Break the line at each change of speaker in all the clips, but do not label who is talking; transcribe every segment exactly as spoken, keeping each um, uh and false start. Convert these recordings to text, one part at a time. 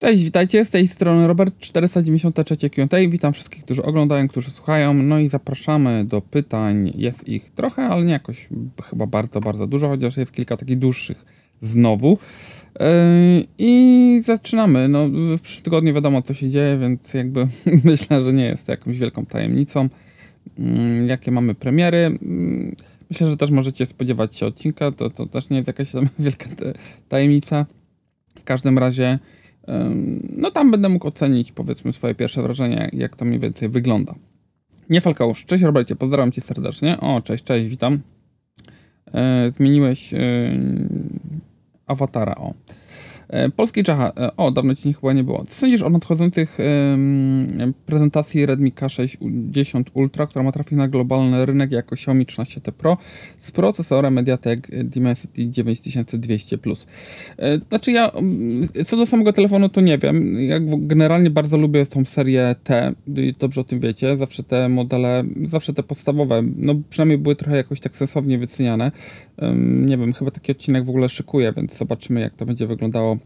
Cześć, witajcie, z tej strony Robert, czterysta dziewięćdziesiąt trzy Q and A. Witam wszystkich, którzy oglądają, którzy słuchają, no i zapraszamy do pytań. Jest ich trochę, ale nie jakoś chyba bardzo, bardzo dużo, chociaż jest kilka takich dłuższych znowu. Yy, I zaczynamy. No, w przyszłym tygodniu wiadomo, co się dzieje, więc jakby myślę, że nie jest to jakąś wielką tajemnicą. Yy, jakie mamy premiery? Yy, myślę, że też możecie spodziewać się odcinka, to, to też nie jest jakaś tam wielka tajemnica. W każdym razie no tam będę mógł ocenić, powiedzmy, swoje pierwsze wrażenia, jak to mniej więcej wygląda. Nie Falkausz, cześć Robercie, pozdrawiam cię serdecznie. O, cześć, cześć, witam. E, zmieniłeś e, awatara, o. E, Polski Czacha, e, o, dawno ci chyba nie było. Co sądzisz o nadchodzących e, prezentacji Redmi K sześćdziesiąt Ultra, która ma trafić na globalny rynek jako Xiaomi trzynaście T Pro z procesorem MediaTek Dimensity dziewięć tysięcy dwieście plus. E, znaczy ja, co do samego telefonu to nie wiem. Ja generalnie bardzo lubię tą serię T, dobrze o tym wiecie. Zawsze te modele, zawsze te podstawowe, no przynajmniej były trochę jakoś tak sensownie wyceniane. E, nie wiem, chyba taki odcinek w ogóle szykuję, więc zobaczymy, jak to będzie wyglądało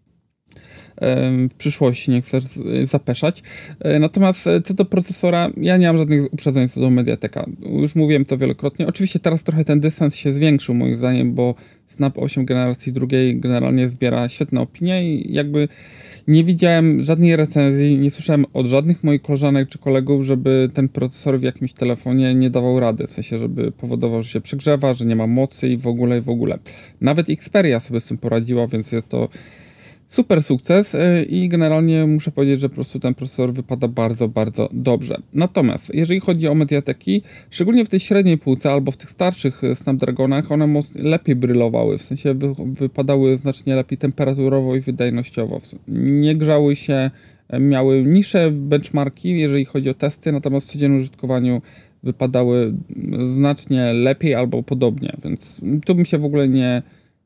w przyszłości, nie chcę zapeszać. Natomiast co do procesora, ja nie mam żadnych uprzedzeń co do Mediateka. Już mówiłem to wielokrotnie. Oczywiście teraz trochę ten dystans się zwiększył moim zdaniem, bo Snap osiem generacji drugiej generalnie zbiera świetne opinie i jakby nie widziałem żadnej recenzji, nie słyszałem od żadnych moich koleżanek czy kolegów, żeby ten procesor w jakimś telefonie nie dawał rady. W sensie, żeby powodował, że się przegrzewa, że nie ma mocy i w ogóle, i w ogóle. Nawet Xperia sobie z tym poradziła, więc jest to super sukces i generalnie muszę powiedzieć, że po prostu ten procesor wypada bardzo, bardzo dobrze. Natomiast jeżeli chodzi o Mediateki, szczególnie w tej średniej półce albo w tych starszych Snapdragonach, one lepiej brylowały, w sensie wy, wypadały znacznie lepiej temperaturowo i wydajnościowo. Nie grzały się, miały niższe benchmarki, jeżeli chodzi o testy, natomiast w codziennym użytkowaniu wypadały znacznie lepiej albo podobnie, więc tu bym się w ogóle nie,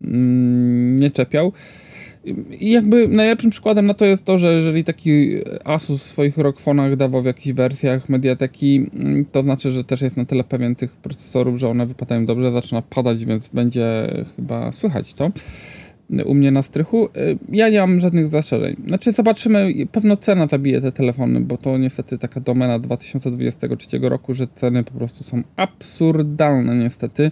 nie czepiał. I jakby najlepszym przykładem na to jest to, że jeżeli taki Asus w swoich ROG-fonach dawał w jakichś wersjach Mediateki, to znaczy, że też jest na tyle pewien tych procesorów, że one wypadają dobrze, zaczyna padać, więc będzie chyba słychać to u mnie na strychu. Ja nie mam żadnych zastrzeżeń. Znaczy zobaczymy, pewno cena zabije te telefony, bo to niestety taka domena dwa tysiące dwudziestego trzeciego roku, że ceny po prostu są absurdalne niestety.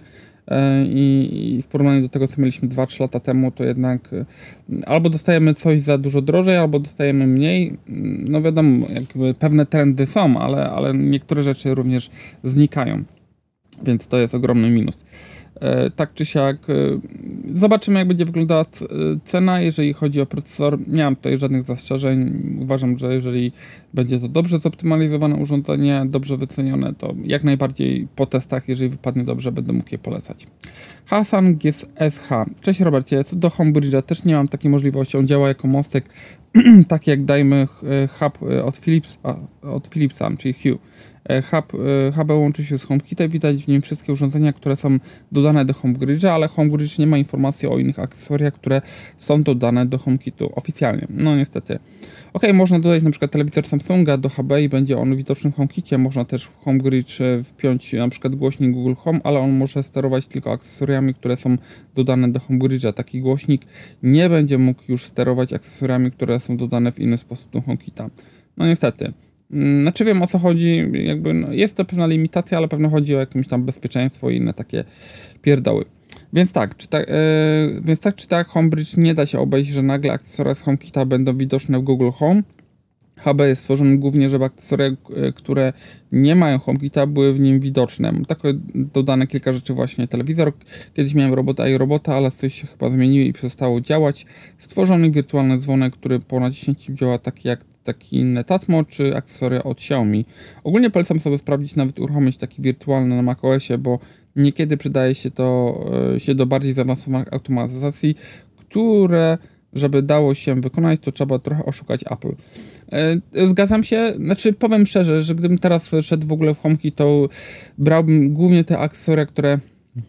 I, I w porównaniu do tego, co mieliśmy dwa trzy lata temu, to jednak albo dostajemy coś za dużo drożej, albo dostajemy mniej. No wiadomo, jakby pewne trendy są, ale, ale niektóre rzeczy również znikają. Więc to jest ogromny minus. E, tak czy siak, e, zobaczymy, jak będzie wyglądała c- cena, jeżeli chodzi o procesor. Nie mam tutaj żadnych zastrzeżeń. Uważam, że jeżeli będzie to dobrze zoptymalizowane urządzenie, dobrze wycenione, to jak najbardziej po testach, jeżeli wypadnie dobrze, będę mógł je polecać. Hasan G S H. Cześć Robercie, co do Homebridge'a też nie mam takiej możliwości. On działa jako mostek, tak jak dajmy hub od, Philips, od Philipsa, czyli Hue. Hub, hub łączy się z HomeKitem, widać w nim wszystkie urządzenia, które są dodane do HomeBridge'a, ale HomeBridge nie ma informacji o innych akcesoriach, które są dodane do HomeKitu oficjalnie. No niestety. Ok, można dodać na przykład telewizor Samsunga do H B i będzie on widoczny w HomeKicie. Można też w HomeBridge wpiąć na przykład głośnik Google Home, ale on może sterować tylko akcesoriami, które są dodane do HomeBridge'a. Taki głośnik nie będzie mógł już sterować akcesoriami, które są dodane w inny sposób do HomeKita. No niestety. Znaczy wiem, o co chodzi, jakby no, jest to pewna limitacja, ale pewno chodzi o jakieś tam bezpieczeństwo i inne takie pierdoły. Więc tak, czy tak, yy, więc tak czy tak HomeBridge nie da się obejść, że nagle akcesoria z HomeKita będą widoczne w Google Home. H B jest stworzony głównie, żeby akcesoria, które nie mają HomeKita, były w nim widoczne. Mam takie dodane kilka rzeczy, właśnie telewizor. Kiedyś miałem robota i robota, ale coś się chyba zmieniło i przestało działać. Stworzony wirtualny dzwonek, który po naciśnięciu działa taki jak taki Netatmo, czy akcesoria od Xiaomi. Ogólnie polecam sobie sprawdzić, nawet uruchomić taki wirtualny na macOSie, bo niekiedy przydaje się to się do bardziej zaawansowanych automatyzacji, które żeby dało się wykonać, to trzeba trochę oszukać Apple. Zgadzam się, znaczy powiem szczerze, że gdybym teraz szedł w ogóle w HomeKit, to brałbym głównie te akcesoria, które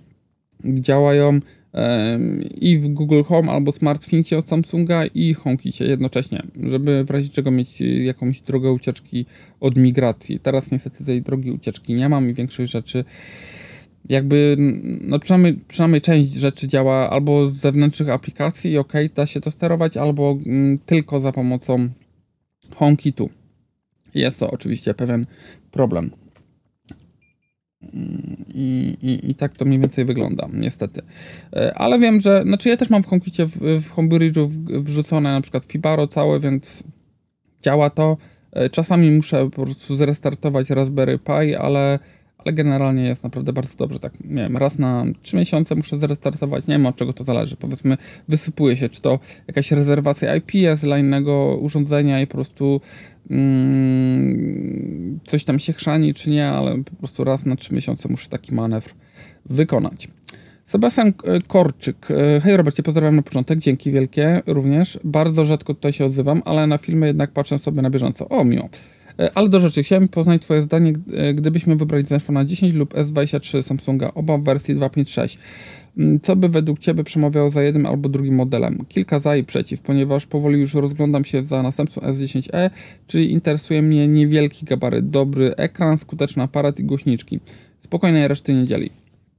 działają i w Google Home albo SmartThingsie od Samsunga i HomeKicie jednocześnie, żeby w razie czego mieć jakąś drogę ucieczki od migracji. Teraz niestety tej drogi ucieczki nie mam i większość rzeczy jakby, no przynajmniej, przynajmniej część rzeczy działa albo z zewnętrznych aplikacji i ok, da się to sterować, albo mm, tylko za pomocą HomeKitu. Jest to oczywiście pewien problem. I, i, I tak to mniej więcej wygląda, niestety. Ale wiem, że, znaczy ja też mam w HomeKicie w, w Homebridge'u wrzucone na przykład Fibaro całe, więc działa to. Czasami muszę po prostu zrestartować Raspberry Pi, ale, ale generalnie jest naprawdę bardzo dobrze. Tak, nie wiem, raz na trzy miesiące muszę zrestartować, nie wiem od czego to zależy. Powiedzmy, wysypuje się, czy to jakaś rezerwacja I P jest dla innego urządzenia i po prostu mm, coś tam się chrzani, czy nie, ale po prostu raz na trzy miesiące muszę taki manewr wykonać. Sebastian Korczyk. Hej Robercie, pozdrawiam na początek, dzięki wielkie również. Bardzo rzadko tutaj się odzywam, ale na filmy jednak patrzę sobie na bieżąco. O, miło. Ale do rzeczy, chciałem poznać twoje zdanie, gdybyśmy wybrali Zenfona dziesięć lub S dwadzieścia trzy Samsunga, oba w wersji dwa pięć sześć. Co by według ciebie przemawiało za jednym albo drugim modelem? Kilka za i przeciw, ponieważ powoli już rozglądam się za następcą S dziesięć e, czyli interesuje mnie niewielki gabaryt, dobry ekran, skuteczny aparat i głośniczki. Spokojnej reszty nie dzieli.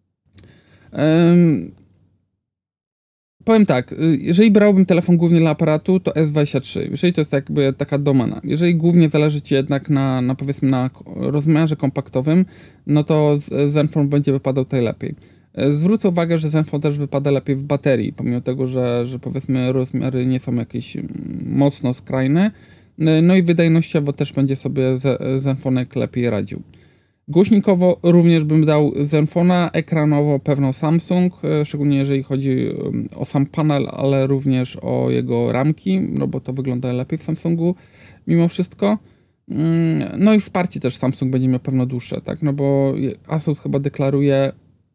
Um, powiem tak, jeżeli brałbym telefon głównie dla aparatu, to S dwadzieścia trzy, jeżeli to jest jakby taka domena. Jeżeli głównie zależy ci jednak na, na powiedzmy na rozmiarze kompaktowym, no to Zenfone będzie wypadał tutaj lepiej. Zwrócę uwagę, że Zenfone też wypada lepiej w baterii, pomimo tego, że, że powiedzmy rozmiary nie są jakieś mocno skrajne, no i wydajnościowo też będzie sobie Zenfonek lepiej radził. Głośnikowo również bym dał Zenfona, ekranowo pewno Samsung, szczególnie jeżeli chodzi o sam panel, ale również o jego ramki, no bo to wygląda lepiej w Samsungu mimo wszystko. No i wsparcie też Samsung będzie miał pewno dłuższe, tak, no bo Asus chyba deklaruje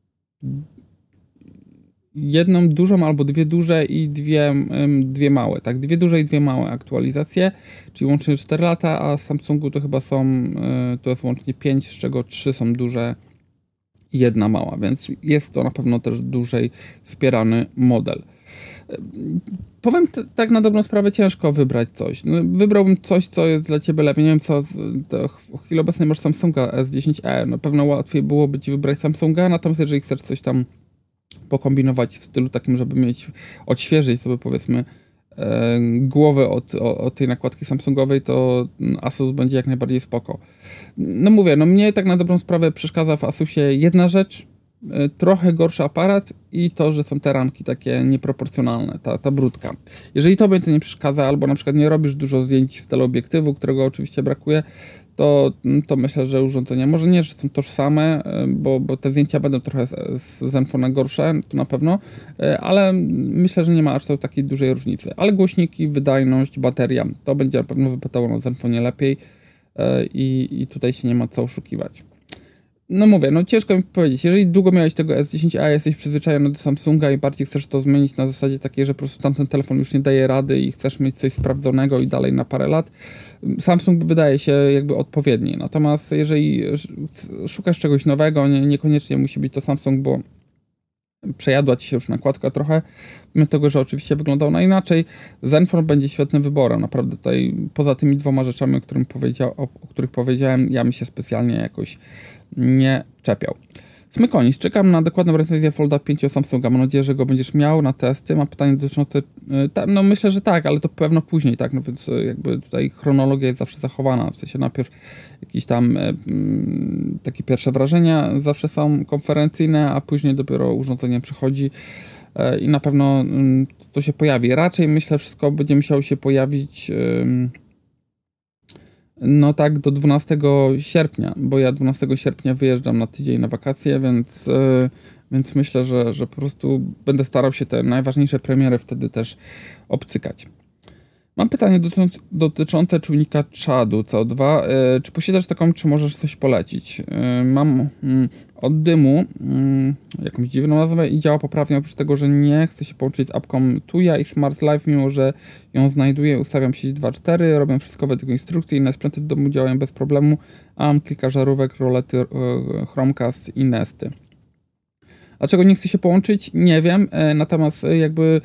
jedną dużą albo dwie duże i dwie, dwie małe, tak, dwie duże i dwie małe aktualizacje, czyli łącznie cztery lata, a Samsungu to chyba są, to jest łącznie pięć, z czego trzy są duże i jedna mała, więc jest to na pewno też dłużej wspierany model. Powiem t- tak na dobrą sprawę, ciężko wybrać coś. No, wybrałbym coś, co jest dla ciebie lepiej. Nie wiem co, to w chwili obecnej masz Samsunga S dziesięć e, no pewno łatwiej byłoby ci wybrać Samsunga, natomiast jeżeli chcesz coś tam pokombinować w stylu takim, żeby mieć, odświeżyć sobie powiedzmy e, głowę od, o, od tej nakładki Samsungowej, to Asus będzie jak najbardziej spoko. No mówię, no mnie tak na dobrą sprawę przeszkadza w Asusie jedna rzecz, e, trochę gorszy aparat i to, że są te ramki takie nieproporcjonalne, ta, ta brudka. Jeżeli tobie to nie przeszkadza, albo na przykład nie robisz dużo zdjęć z teleobiektywu, którego oczywiście brakuje, to, to myślę, że urządzenia, może nie, że są tożsame, bo, bo te zdjęcia będą trochę z, z Zenfona gorsze, to na pewno, ale myślę, że nie ma aż tak takiej dużej różnicy. Ale głośniki, wydajność, bateria, to będzie na pewno wypadało na Zenfonie lepiej i, i tutaj się nie ma co oszukiwać. No mówię, no ciężko mi powiedzieć, jeżeli długo miałeś tego S dziesięć a, jesteś przyzwyczajony do Samsunga i bardziej chcesz to zmienić na zasadzie takiej, że po prostu tamten telefon już nie daje rady i chcesz mieć coś sprawdzonego i dalej na parę lat, Samsung wydaje się jakby odpowiedni. Natomiast jeżeli szukasz czegoś nowego, nie, niekoniecznie musi być to Samsung, bo przejadła ci się już nakładka trochę, mimo tego, że oczywiście wyglądał na inaczej. Zenfone będzie świetnym wyborem. Naprawdę tutaj poza tymi dwoma rzeczami, o, którym powiedział, o, o których powiedziałem, ja mi się specjalnie jakoś nie czepiał. Smykonis, czekam na dokładną recenzję Folda pięć Samsunga. Mam nadzieję, że go będziesz miał na testy. Mam pytanie dotyczące... Ta, no myślę, że tak, ale to pewno później, tak? No więc jakby tutaj chronologia jest zawsze zachowana. W sensie najpierw jakieś tam mm, takie pierwsze wrażenia zawsze są konferencyjne, a później dopiero urządzenie przychodzi e, i na pewno mm, to się pojawi. Raczej myślę, wszystko będzie musiało się pojawić... Ym, No tak, do dwunastego sierpnia, bo ja dwunastego sierpnia wyjeżdżam na tydzień na wakacje, więc, yy, więc myślę, że, że po prostu będę starał się te najważniejsze premiery wtedy też obcykać. Mam pytanie dotyczące, dotyczące czujnika czadu C O dwa. Yy, czy posiadasz taką, czy możesz coś polecić? Yy, mam yy, od dymu yy, jakąś dziwną nazwę i działa poprawnie, oprócz tego, że nie chcę się połączyć z apką Tuya i Smart Life, mimo że ją znajduję, ustawiam sieć dwa cztery, robię wszystko według instrukcji, inne sprzęty w domu działają bez problemu, a mam kilka żarówek, rolety, yy, Chromecast i Nesty. Dlaczego nie chcę się połączyć? Nie wiem, yy, natomiast yy, jakby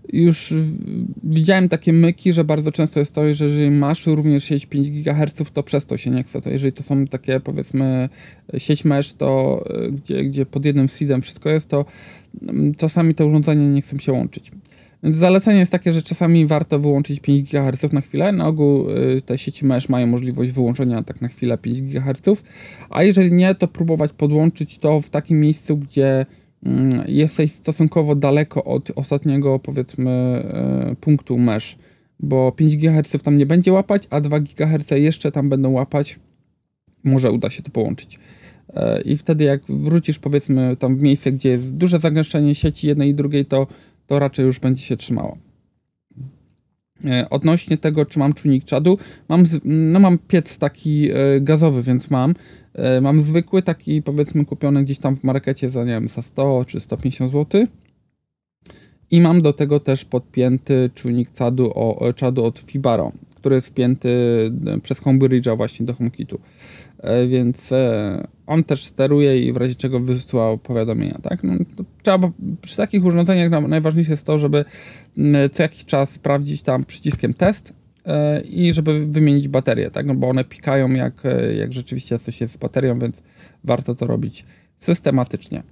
już widziałem takie myki, że bardzo często jest to, że jeżeli masz również sieć pięć gigaherców, to przez to się nie chce. To jeżeli to są takie, powiedzmy, sieć mesh, to gdzie, gdzie pod jednym seedem wszystko jest, to czasami te urządzenia nie chcą się łączyć. Więc zalecenie jest takie, że czasami warto wyłączyć pięć gigaherców na chwilę. Na ogół te sieci mesh mają możliwość wyłączenia tak na chwilę pięć gigaherców, a jeżeli nie, to próbować podłączyć to w takim miejscu, gdzie jesteś stosunkowo daleko od ostatniego, powiedzmy, punktu mesh, bo pięć gigaherców tam nie będzie łapać, a dwa gigaherce jeszcze tam będą łapać. Może uda się to połączyć. I wtedy jak wrócisz, powiedzmy, tam w miejsce, gdzie jest duże zagęszczenie sieci jednej i drugiej, to, to raczej już będzie się trzymało. Odnośnie tego, czy mam czujnik czadu, mam, no mam piec taki gazowy, więc mam. Mam zwykły, taki, powiedzmy, kupiony gdzieś tam w markecie za, nie wiem, za sto czy sto pięćdziesiąt złotych. I mam do tego też podpięty czujnik czadu, o, czadu od Fibaro, który jest wpięty przez Homebridge'a właśnie do HomeKitu. Więc on też steruje i w razie czego wysyła powiadomienia, tak? No, to trzeba, przy takich urządzeniach najważniejsze jest to, żeby co jakiś czas sprawdzić tam przyciskiem test i żeby wymienić baterię, tak? No bo one pikają jak, jak rzeczywiście coś jest z baterią, więc warto to robić systematycznie.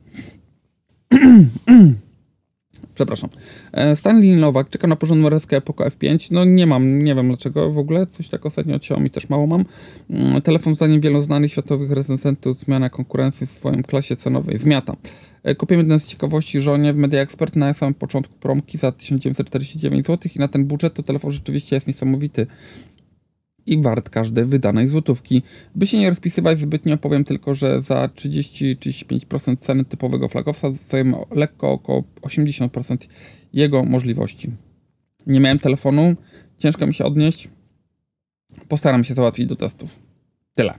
Przepraszam. Stanley Nowak czeka na porządną reskę Poco F pięć. No nie mam, nie wiem dlaczego w ogóle. Coś tak ostatnio od Xiaomi też mało mam. Telefon zdaniem wielu znanych światowych recenzentów zmiana konkurencji w swoim klasie cenowej. Zmiata. Kupiłem jeden z ciekawości żonie w Media Expert na samym początku promki za tysiąc dziewięćset czterdzieści dziewięć złotych i na ten budżet to telefon rzeczywiście jest niesamowity i wart każdej wydanej złotówki. By się nie rozpisywać zbytnio, powiem tylko, że za trzydzieści do trzydziestu pięciu procent ceny typowego flagowca dostajemy lekko około osiemdziesiąt procent jego możliwości. Nie miałem telefonu, ciężko mi się odnieść. Postaram się załatwić do testów. Tyle.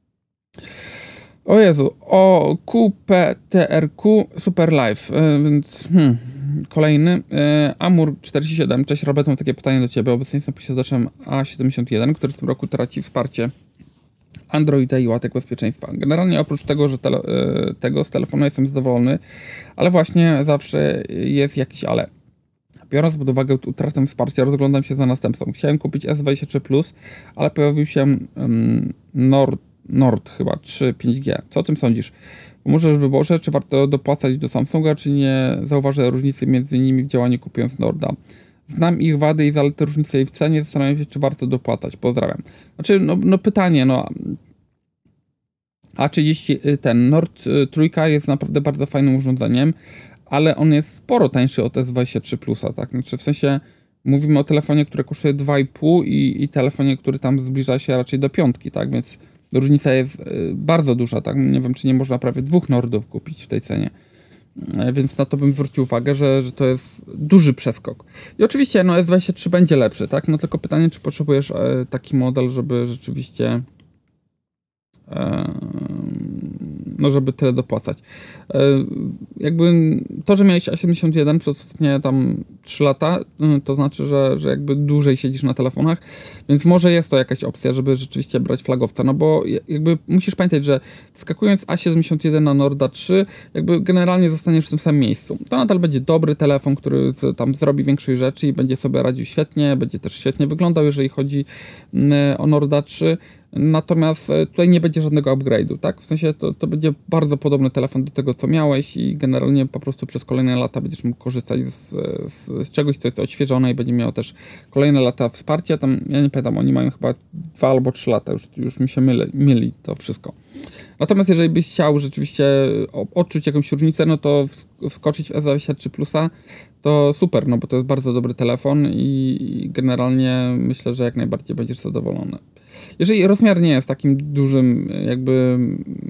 O Jezu, o Q P T R Q Super Live, yy, więc hmm, kolejny. Yy, Amur czterdzieści siedem, cześć Robert, mam takie pytanie do Ciebie. Obecnie jestem posiadaczem A siedemdziesiąt jeden, który w tym roku traci wsparcie Androida i łatek bezpieczeństwa. Generalnie oprócz tego, że tele, yy, tego z telefonu jestem zadowolony, ale właśnie zawsze jest jakiś ale. Biorąc pod uwagę utratę wsparcia, rozglądam się za następcą. Chciałem kupić S dwadzieścia trzy plus, ale pojawił się um, Nord Nord chyba trzy pięć G. Co o tym sądzisz? Możesz w wyborze, czy warto dopłacać do Samsunga, czy nie zauważę różnicy między nimi w działaniu kupując Norda. Znam ich wady i zalety, różnice w cenie, zastanawiam się, czy warto dopłacać. Pozdrawiam. Znaczy, no, no pytanie, no A trzydzieści, ten Nord trzy jest naprawdę bardzo fajnym urządzeniem, ale on jest sporo tańszy od S dwadzieścia trzy plusa, tak? Znaczy w sensie mówimy o telefonie, który kosztuje dwa i pół i, i telefonie, który tam zbliża się raczej do piątki, tak? Więc różnica jest bardzo duża, tak? Nie wiem, czy nie można prawie dwóch Nordów kupić w tej cenie. Więc na to bym zwrócił uwagę, że, że to jest duży przeskok. I oczywiście no, S dwadzieścia trzy będzie lepszy, tak? No tylko pytanie, czy potrzebujesz e, taki model, żeby rzeczywiście e, no żeby tyle dopłacać. E, jakby to, że miałeś A siedemdziesiąt jeden przez ostatnie tam trzy lata, to znaczy, że, że jakby dłużej siedzisz na telefonach, więc może jest to jakaś opcja, żeby rzeczywiście brać flagowca, no bo jakby musisz pamiętać, że wskakując A siedemdziesiąt jeden na Norda trzy, jakby generalnie zostaniesz w tym samym miejscu. To nadal będzie dobry telefon, który tam zrobi większość rzeczy i będzie sobie radził świetnie, będzie też świetnie wyglądał, jeżeli chodzi o Norda trzy, natomiast tutaj nie będzie żadnego upgrade'u, tak? W sensie to, to będzie bardzo podobny telefon do tego, co miałeś i generalnie po prostu przez kolejne lata będziesz mógł korzystać z, z, z czegoś, co jest odświeżone i będzie miało też kolejne lata wsparcia. Tam, ja nie pamiętam, oni mają chyba dwa albo trzy lata, już, już mi się myli, myli to wszystko. Natomiast jeżeli byś chciał rzeczywiście odczuć jakąś różnicę, no to wskoczyć w S dwadzieścia trzy plusa, to super, no bo to jest bardzo dobry telefon i, i generalnie myślę, że jak najbardziej będziesz zadowolony. Jeżeli rozmiar nie jest takim dużym, jakby,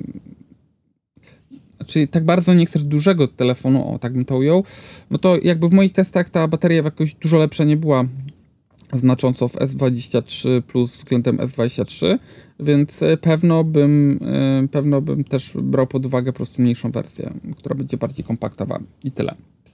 czyli tak bardzo nie chcesz dużego telefonu, o tak bym to ujął, no to jakby w moich testach ta bateria jakoś dużo lepsza nie była znacząco w S dwadzieścia trzy plus względem S dwadzieścia trzy, więc pewno bym, pewno bym też brał pod uwagę po prostu mniejszą wersję, która będzie bardziej kompaktowa i tyle.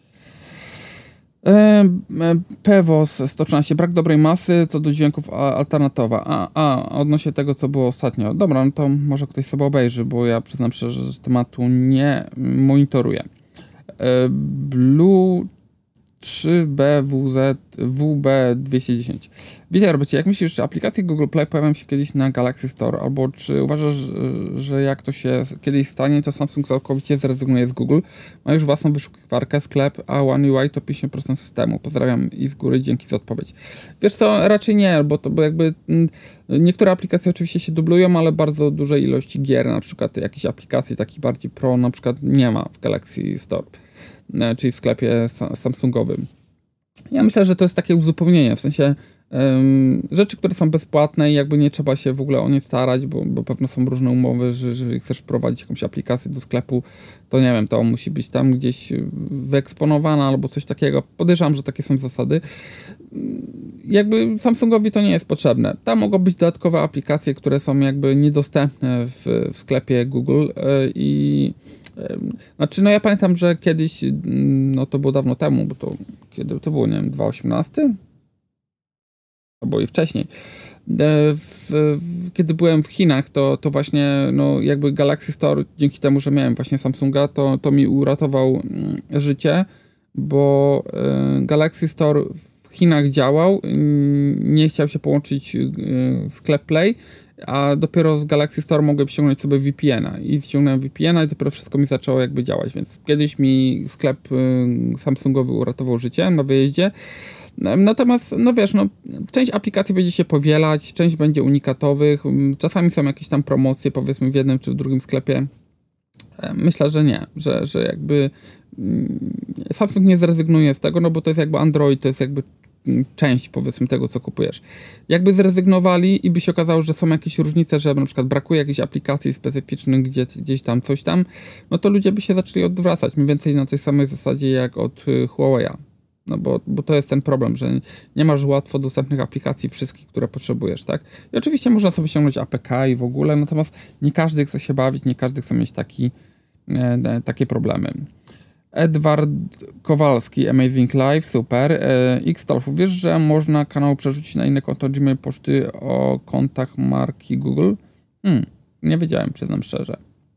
Pewos sto trzynaście, brak dobrej masy, co do dźwięków alternatowa. A, a, odnośnie tego, co było ostatnio. Dobra, no to może ktoś sobie obejrzy, bo ja przyznam szczerze, że tematu nie monitoruję. Blue trzy B W Z W B dwieście dziesięć. Witaj, Robercie, jak myślisz, czy aplikacje Google Play pojawią się kiedyś na Galaxy Store, albo czy uważasz, że jak to się kiedyś stanie, to Samsung całkowicie zrezygnuje z Google? Ma już własną wyszukiwarkę, sklep, a One U I to pięćdziesiąt procent systemu. Pozdrawiam i z góry dzięki za odpowiedź. Wiesz co, raczej nie, bo to bo jakby m, niektóre aplikacje oczywiście się dublują, ale bardzo dużej ilości gier, na przykład jakichś aplikacji takich bardziej pro, na przykład nie ma w Galaxy Store, czyli w sklepie Samsungowym. Ja myślę, że to jest takie uzupełnienie, w sensie um, rzeczy, które są bezpłatne i jakby nie trzeba się w ogóle o nie starać, bo, bo pewno są różne umowy, że jeżeli chcesz wprowadzić jakąś aplikację do sklepu, to nie wiem, to musi być tam gdzieś wyeksponowana albo coś takiego. Podejrzewam, że takie są zasady. Jakby Samsungowi to nie jest potrzebne. Tam mogą być dodatkowe aplikacje, które są jakby niedostępne w, w sklepie Google i znaczy, no ja pamiętam, że kiedyś, no to było dawno temu, bo to kiedy to było, nie wiem, dwa tysiące osiemnasty? Albo i wcześniej. W, w, kiedy byłem w Chinach, to, to właśnie, no jakby Galaxy Store, dzięki temu, że miałem właśnie Samsunga, to, to mi uratował życie, bo Galaxy Store w Chinach działał, nie chciał się połączyć w sklep Play, a dopiero z Galaxy Store mogłem ściągnąć sobie V P N a i ściągnąłem V P N a i dopiero wszystko mi zaczęło jakby działać, więc kiedyś mi sklep Samsungowy uratował życie na wyjeździe. Natomiast, no wiesz, no, część aplikacji będzie się powielać, część będzie unikatowych, czasami są jakieś tam promocje, powiedzmy w jednym czy w drugim sklepie. Myślę, że nie, że, że jakby Samsung nie zrezygnuje z tego, no bo to jest jakby Android, to jest jakby część, powiedzmy, tego, co kupujesz. Jakby zrezygnowali i by się okazało, że są jakieś różnice, że na przykład brakuje jakichś aplikacji specyficznych, gdzie, gdzieś tam, coś tam, no to ludzie by się zaczęli odwracać, mniej więcej na tej samej zasadzie jak od Huawei'a. No bo, bo to jest ten problem, że nie masz łatwo dostępnych aplikacji wszystkich, które potrzebujesz, tak? I oczywiście można sobie ściągnąć A P K i w ogóle, natomiast nie każdy chce się bawić, nie każdy chce mieć taki, e, takie problemy. Edward Kowalski, Amazing Life, super. E, X-Talf, wiesz, że można kanał przerzucić na inne konto Gmail poczty o kontach marki Google? Hmm, nie wiedziałem, przyznam szczerze.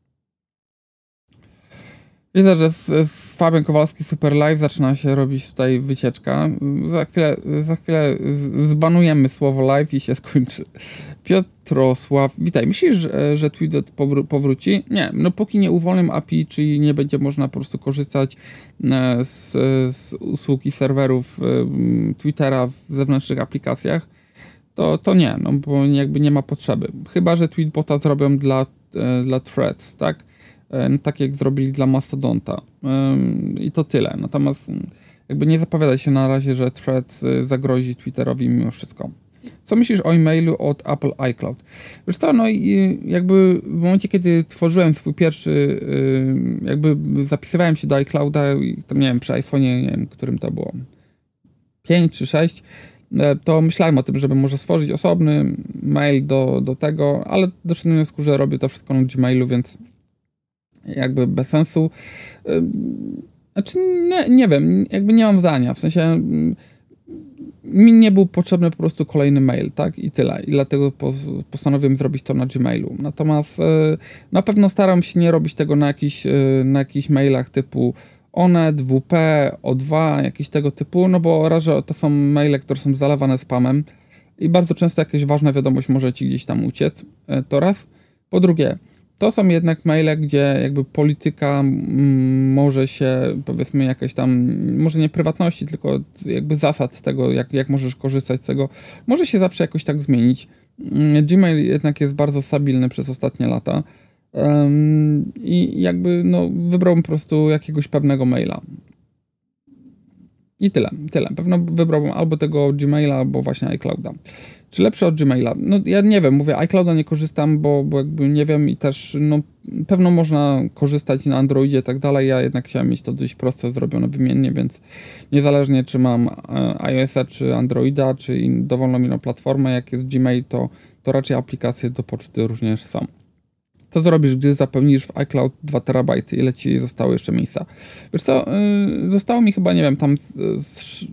Widzę, że z, z Fabian Kowalski Super Live zaczyna się robić tutaj wycieczka. Za chwilę, za chwilę zbanujemy słowo live i się skończy. Piotrosław, witaj. Myślisz, że, że Tweetet powró- powróci? Nie, no póki nie uwolnią A P I, czyli nie będzie można po prostu korzystać z, z usług i serwerów Twittera w zewnętrznych aplikacjach, to, to nie, no bo jakby nie ma potrzeby. Chyba że Tweetbota zrobią dla, dla Threads, tak? Tak jak zrobili dla Mastodonta. I to tyle. Natomiast jakby nie zapowiada się na razie, że Threads zagrozi Twitterowi mimo wszystko. Co myślisz o e-mailu od Apple iCloud? Wiesz co, no jakby w momencie, kiedy tworzyłem swój pierwszy, jakby zapisywałem się do iClouda, to nie wiem, przy iPhone'ie, nie wiem, którym to było, pięć czy sześć, to myślałem o tym, żeby może stworzyć osobny mail do, do tego, ale doszedłem do wniosku, że robię to wszystko na Gmailu, więc jakby bez sensu. Znaczy, nie, nie wiem, jakby nie mam zdania, w sensie mi nie był potrzebny po prostu kolejny mail, tak? I tyle. I dlatego postanowiłem zrobić to na Gmailu. Natomiast na pewno staram się nie robić tego na jakichś, na jakichś mailach typu Onet, W P, O dwa, jakieś tego typu, no bo raz, że to są maile, które są zalewane spamem i bardzo często jakaś ważna wiadomość może ci gdzieś tam uciec, to raz. Po drugie, to są jednak maile, gdzie jakby polityka mm, może się, powiedzmy, jakaś tam, może nie prywatności, tylko jakby zasad tego, jak, jak możesz korzystać z tego, może się zawsze jakoś tak zmienić. Gmail jednak jest bardzo stabilny przez ostatnie lata um, i jakby no, wybrałbym po prostu jakiegoś pewnego maila. I tyle, tyle. Pewno wybrałbym albo tego Gmaila, albo właśnie iClouda. Czy lepszy od Gmaila? No ja nie wiem, mówię, iClouda nie korzystam, bo, bo jakby nie wiem i też no pewno można korzystać na Androidzie i tak dalej. Ja jednak chciałem mieć to dość prosto zrobione wymiennie, więc niezależnie czy mam iOS-a, czy Androida, czy in, dowolną inną platformę, jak jest Gmail, to, to raczej aplikacje do poczty również są. Co zrobisz, gdy zapełnisz w iCloud dwa terabajty? Ile ci zostało jeszcze miejsca? Wiesz co, yy, zostało mi chyba, nie wiem, tam z, z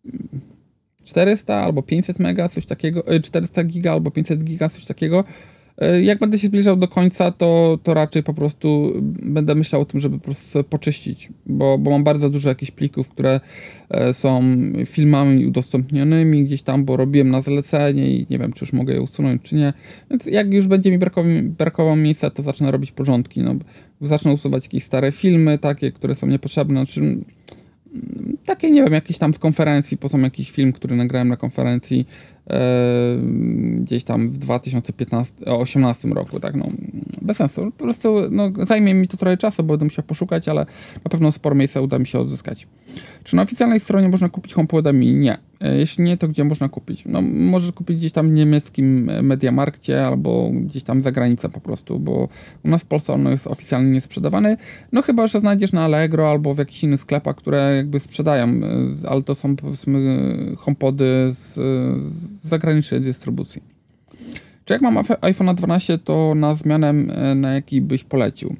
czterysta albo pięćset mega, coś takiego, yy, czterysta giga albo pięćset giga, coś takiego. Jak będę się zbliżał do końca, to, to raczej po prostu będę myślał o tym, żeby po prostu poczyścić, bo, bo mam bardzo dużo jakichś plików, które są filmami udostępnionymi gdzieś tam, bo robiłem na zlecenie i nie wiem, czy już mogę je usunąć, czy nie. Więc jak już będzie mi brakowało, brakowało miejsca, to zacznę robić porządki. No, zacznę usuwać jakieś stare filmy, takie, które są niepotrzebne. Znaczy, takie, nie wiem, jakieś tam z konferencji, po są jakiś film, który nagrałem na konferencji e, gdzieś tam w dwa tysiące osiemnastym roku, tak, no, bez sensu. Po prostu, no, zajmie mi to trochę czasu, bo będę musiał poszukać, ale na pewno sporo miejsca uda mi się odzyskać. Czy na oficjalnej stronie można kupić HomePoda Mini? Nie. Jeśli nie, to gdzie można kupić? No, możesz kupić gdzieś tam w niemieckim Mediamarkcie albo gdzieś tam za granicą po prostu, bo u nas w Polsce on jest oficjalnie niesprzedawany. No chyba, że znajdziesz na Allegro albo w jakichś innych sklepach, które jakby sprzedają, ale to są powiedzmy HomePody z, z zagranicznej dystrybucji. Czy jak mam iPhone'a dwanaście, to na zmianę na jaki byś polecił?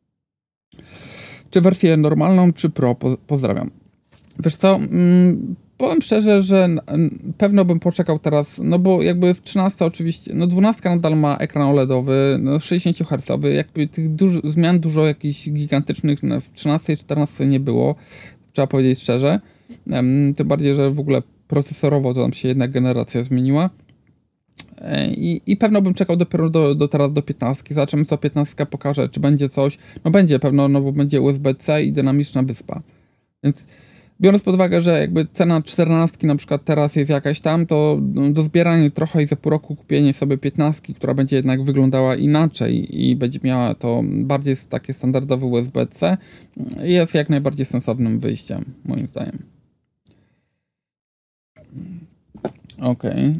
Czy wersję normalną, czy Pro? Pozdrawiam. Wiesz co, mm, powiem szczerze, że pewno bym poczekał teraz, no bo jakby w trzynastce oczywiście, no dwunastka nadal ma ekran OLEDowy, no sześćdziesiąt herców, jakby tych duży, zmian dużo jakichś gigantycznych w trzynastce i czternastce nie było, trzeba powiedzieć szczerze, tym bardziej, że w ogóle procesorowo to nam się jedna generacja zmieniła. I, I pewno bym czekał dopiero do, do teraz do piętnastki. Zobaczymy, co piętnastka pokaże, czy będzie coś. No będzie pewno, no bo będzie U S B C i dynamiczna wyspa. Więc biorąc pod uwagę, że jakby cena czternastki na przykład teraz jest jakaś tam, to do zbierania trochę i za pół roku kupienie sobie piętnastki, która będzie jednak wyglądała inaczej i będzie miała to bardziej takie standardowe U S B C, jest jak najbardziej sensownym wyjściem, moim zdaniem. Okej. Okay.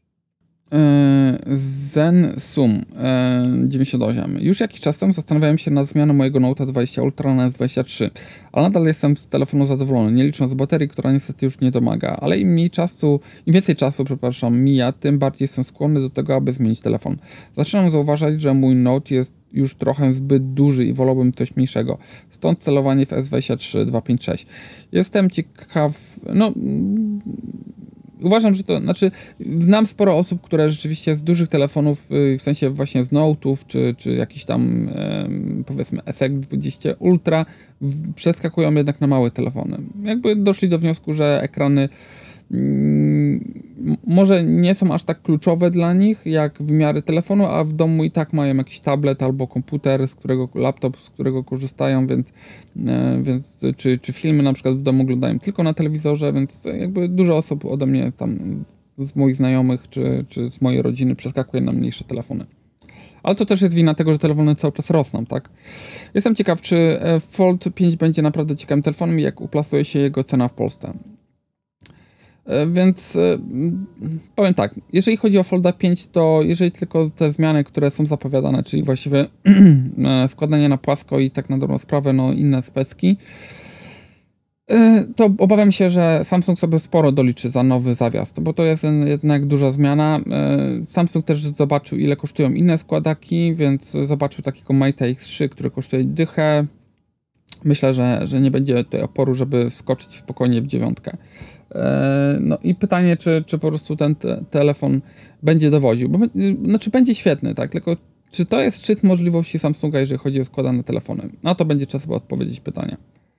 Zen Sum dziewięćdziesiąt osiem. Już jakiś czas temu zastanawiałem się nad zmianą mojego Note dwadzieścia Ultra na S dwadzieścia trzy, ale nadal jestem z telefonu zadowolony, nie licząc baterii, która niestety już nie domaga, ale im mniej czasu, im więcej czasu, przepraszam, mija, tym bardziej jestem skłonny do tego, aby zmienić telefon. Zaczynam zauważać, że mój Note jest już trochę zbyt duży i wolałbym coś mniejszego. Stąd celowanie w S dwadzieścia trzy dwieście pięćdziesiąt sześć. Jestem ciekaw, no... Uważam, że to, znaczy, znam sporo osób, które rzeczywiście z dużych telefonów, w sensie właśnie z Note'ów, czy, czy jakiś tam, powiedzmy, S X dwadzieścia Ultra, przeskakują jednak na małe telefony. Jakby doszli do wniosku, że ekrany może nie są aż tak kluczowe dla nich, jak wymiary telefonu, a w domu i tak mają jakiś tablet albo komputer, z którego, laptop, z którego korzystają, więc, więc czy, czy filmy na przykład w domu oglądają tylko na telewizorze, więc jakby dużo osób ode mnie tam, z moich znajomych, czy, czy z mojej rodziny przeskakuje na mniejsze telefony. Ale to też jest wina tego, że telefony cały czas rosną, tak? Jestem ciekaw, czy Fold pięć będzie naprawdę ciekawym telefonem i jak uplasuje się jego cena w Polsce. Więc powiem tak, jeżeli chodzi o Folda pięć, to jeżeli tylko te zmiany, które są zapowiadane, czyli właściwie składanie na płasko i tak na dobrą sprawę, no inne specki, to obawiam się, że Samsung sobie sporo doliczy za nowy zawias, bo to jest jednak duża zmiana. Samsung też zobaczył, ile kosztują inne składaki, więc zobaczył takiego Mate X trzy, który kosztuje dychę. Myślę, że, że nie będzie tutaj oporu, żeby skoczyć spokojnie w dziewiątkę. No i pytanie, czy, czy po prostu ten te, telefon będzie dowodził, bo znaczy będzie świetny, tak, tylko czy to jest szczyt możliwości Samsunga, jeżeli chodzi o składane telefony? Na to będzie trzeba odpowiedzieć pytanie.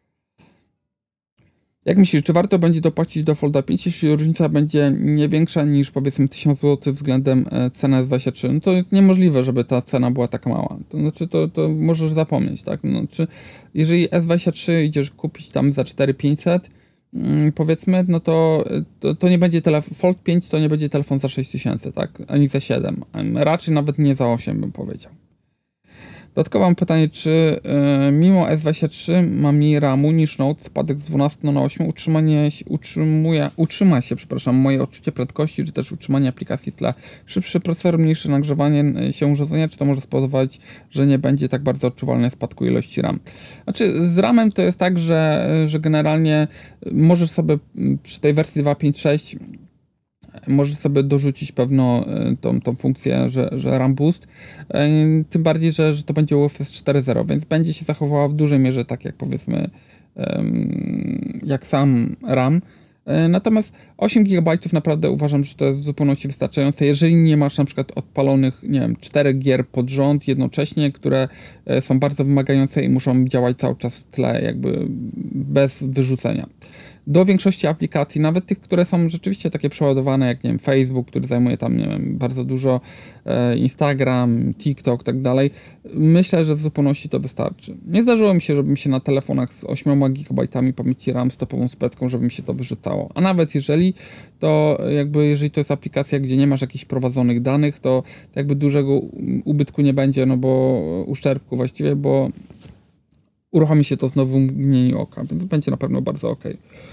Jak myślisz, czy warto będzie dopłacić do Folda pięć, jeśli różnica będzie nie większa niż powiedzmy tysiąc złotych względem ceny S dwadzieścia trzy? No to jest niemożliwe, żeby ta cena była tak mała. To znaczy, to, to możesz zapomnieć, tak? No, czy jeżeli S dwadzieścia trzy idziesz kupić tam za cztery tysiące pięćset, mm, powiedzmy, no to, to, to nie będzie telefon, Fold pięć to nie będzie telefon za sześć tysięcy, tak? Ani za siedem, raczej nawet nie za osiem bym powiedział. Dodatkowo mam pytanie, czy yy, mimo S dwadzieścia trzy ma mniej ramu niż Note, spadek z dwunastu na osiem, utrzymanie, utrzymuje, utrzyma się, przepraszam, moje odczucie prędkości, czy też utrzymanie aplikacji w tle. Szybszy procesor, mniejsze nagrzewanie się urządzenia, czy to może spowodować, że nie będzie tak bardzo odczuwalny spadku ilości RAM? Znaczy, z ramem to jest tak, że, że generalnie możesz sobie przy tej wersji dwieście pięćdziesiąt sześć możesz sobie dorzucić pewno tą, tą funkcję, że, że RAM Boost, tym bardziej, że, że to będzie U F S cztery zero, więc będzie się zachowała w dużej mierze tak jak powiedzmy jak sam RAM, Natomiast osiem gigabajtów naprawdę uważam, że to jest w zupełności wystarczające, jeżeli nie masz na przykład odpalonych, nie wiem, czterech gier pod rząd jednocześnie, które są bardzo wymagające i muszą działać cały czas w tle, jakby bez wyrzucenia. Do większości aplikacji, nawet tych, które są rzeczywiście takie przeładowane, jak nie wiem, Facebook, który zajmuje tam, nie wiem, bardzo dużo, e, Instagram, TikTok, tak dalej, myślę, że w zupełności to wystarczy. Nie zdarzyło mi się, żebym się na telefonach z ośmioma gigabajtami pamięci RAM z topową specką, żeby mi się to wyrzucało. A nawet jeżeli, to jakby, jeżeli to jest aplikacja, gdzie nie masz jakichś prowadzonych danych, to jakby dużego ubytku nie będzie, no bo uszczerbku właściwie, bo uruchomi się to znowu w mgnieniu oka, więc będzie na pewno bardzo ok.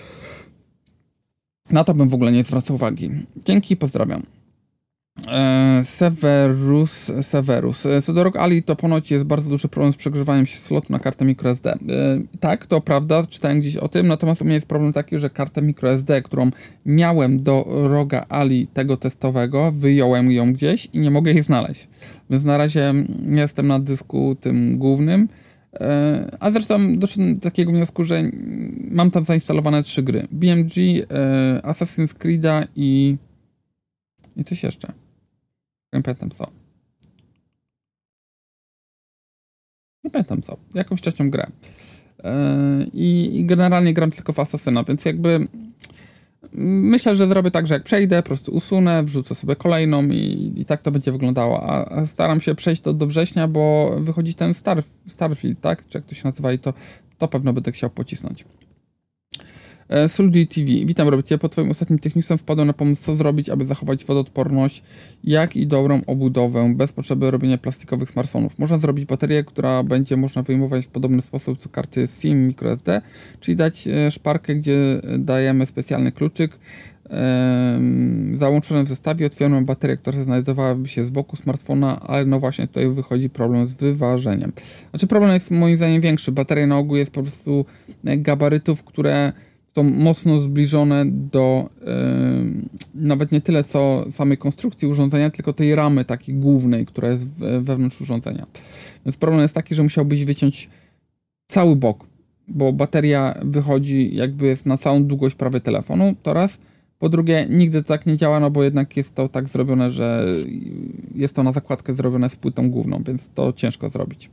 Na to bym w ogóle nie zwracał uwagi. Dzięki, pozdrawiam. E, Severus, Severus. Co do R O G Ally, to ponoć jest bardzo duży problem z przegrzewaniem się slotu na kartę microSD. E, tak, to prawda, czytałem gdzieś o tym, natomiast u mnie jest problem taki, że kartę microSD, którą miałem do R O G Ally tego testowego, wyjąłem ją gdzieś i nie mogę jej znaleźć. Więc na razie jestem na dysku tym głównym. A zresztą doszedłem do takiego wniosku, że mam tam zainstalowane trzy gry. B M G, Assassin's Creed'a i... i coś jeszcze. Nie pamiętam co. Nie pamiętam co. Jakąś trzecią grę. I, i generalnie gram tylko w Assassina, więc jakby... Myślę, że zrobię tak, że jak przejdę, po prostu usunę, wrzucę sobie kolejną i, i tak to będzie wyglądało. A, a staram się przejść to do września, bo wychodzi ten Star, Starfield, tak? Czy jak to się nazywa i to, to pewno będę chciał pocisnąć. E, Suldi T V. Witam, Robercie. Po twoim ostatnim technicznym wpadłem na pomysł, co zrobić, aby zachować wodoodporność, jak i dobrą obudowę, bez potrzeby robienia plastikowych smartfonów. Można zrobić baterię, która będzie można wyjmować w podobny sposób co karty SIM, microSD, czyli dać e, szparkę, gdzie dajemy specjalny kluczyk, e, załączony w zestawie, otwieramy baterię, która znajdowałaby się z boku smartfona, ale no właśnie tutaj wychodzi problem z wyważeniem. Znaczy problem jest moim zdaniem większy. Bateria na ogół jest po prostu gabarytów, które są mocno zbliżone do yy, nawet nie tyle co samej konstrukcji urządzenia, tylko tej ramy takiej głównej, która jest w, wewnątrz urządzenia. Więc problem jest taki, że musiałbyś wyciąć cały bok, bo bateria wychodzi jakby jest na całą długość prawie telefonu, to raz. Po drugie, nigdy to tak nie działa, no bo jednak jest to tak zrobione, że jest to na zakładkę zrobione z płytą główną, więc to ciężko zrobić.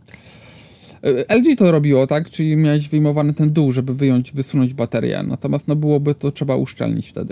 L G to robiło, tak? Czyli miałeś wyjmowany ten dół, żeby wyjąć, wysunąć baterię. Natomiast no byłoby to trzeba uszczelnić wtedy.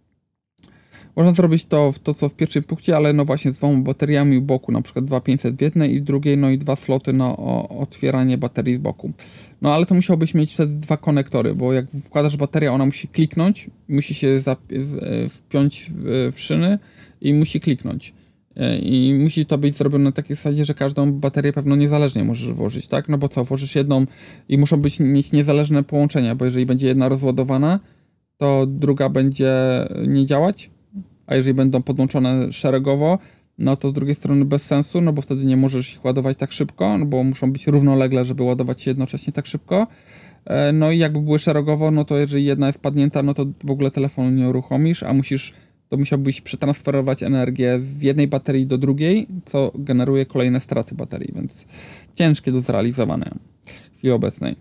Można zrobić to, w to co w pierwszym punkcie, ale no właśnie z dwoma bateriami u boku, na przykład dwa pięćset w jednej i drugiej, no i dwa sloty na o, otwieranie baterii z boku. No ale to musiałbyś mieć wtedy dwa konektory, bo jak wkładasz baterię, ona musi kliknąć, musi się wpiąć w, w szyny i musi kliknąć. I musi to być zrobione na takiej zasadzie, że każdą baterię pewno niezależnie możesz włożyć, tak? No bo co, włożysz jedną i muszą być mieć niezależne połączenia, bo jeżeli będzie jedna rozładowana, to druga będzie nie działać, a jeżeli będą podłączone szeregowo, no to z drugiej strony bez sensu, no bo wtedy nie możesz ich ładować tak szybko, no bo muszą być równolegle, żeby ładować się jednocześnie tak szybko. No i jakby były szeregowo, no to jeżeli jedna jest padnięta, no to w ogóle telefonu nie uruchomisz, a musisz to musiałbyś przetransferować energię z jednej baterii do drugiej, co generuje kolejne straty baterii, więc ciężkie do zrealizowania w chwili obecnej.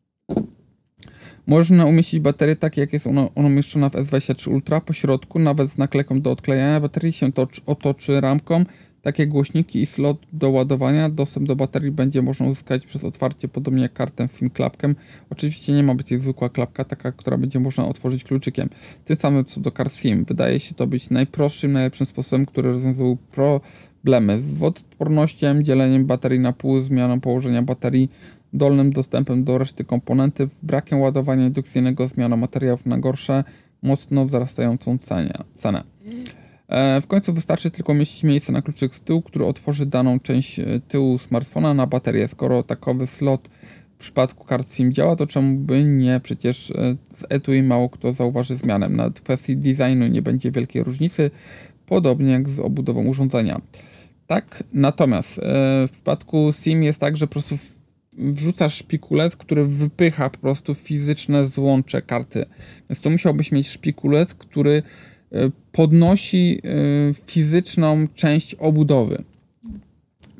Można umieścić baterię tak, jak jest ona, ona umieszczona w S dwadzieścia trzy Ultra, po środku, nawet z naklejką do odklejania baterii się to otoczy ramką, takie głośniki i slot do ładowania. Dostęp do baterii będzie można uzyskać przez otwarcie, podobnie jak kartę SIM klapkiem. Oczywiście nie ma być jak zwykła klapka, taka, która będzie można otworzyć kluczykiem. Tym samym co do kart SIM. Wydaje się to być najprostszym, najlepszym sposobem, który rozwiązał problemy z wodoodpornością, dzieleniem baterii na pół, zmianą położenia baterii, dolnym dostępem do reszty komponentów, brakiem ładowania indukcyjnego, zmianą materiałów na gorsze, mocno wzrastającą cenę. W końcu wystarczy tylko mieścić miejsce na kluczyk z tyłu, który otworzy daną część tyłu smartfona na baterię. Skoro takowy slot w przypadku kart SIM działa, to czemu by nie? Przecież z etui mało kto zauważy zmianę. Nawet w kwestii designu nie będzie wielkiej różnicy, podobnie jak z obudową urządzenia. Tak, natomiast w przypadku SIM jest tak, że po prostu wrzucasz szpikulec, który wypycha po prostu fizyczne złącze karty. Więc to musiałbyś mieć szpikulec, który podnosi fizyczną część obudowy.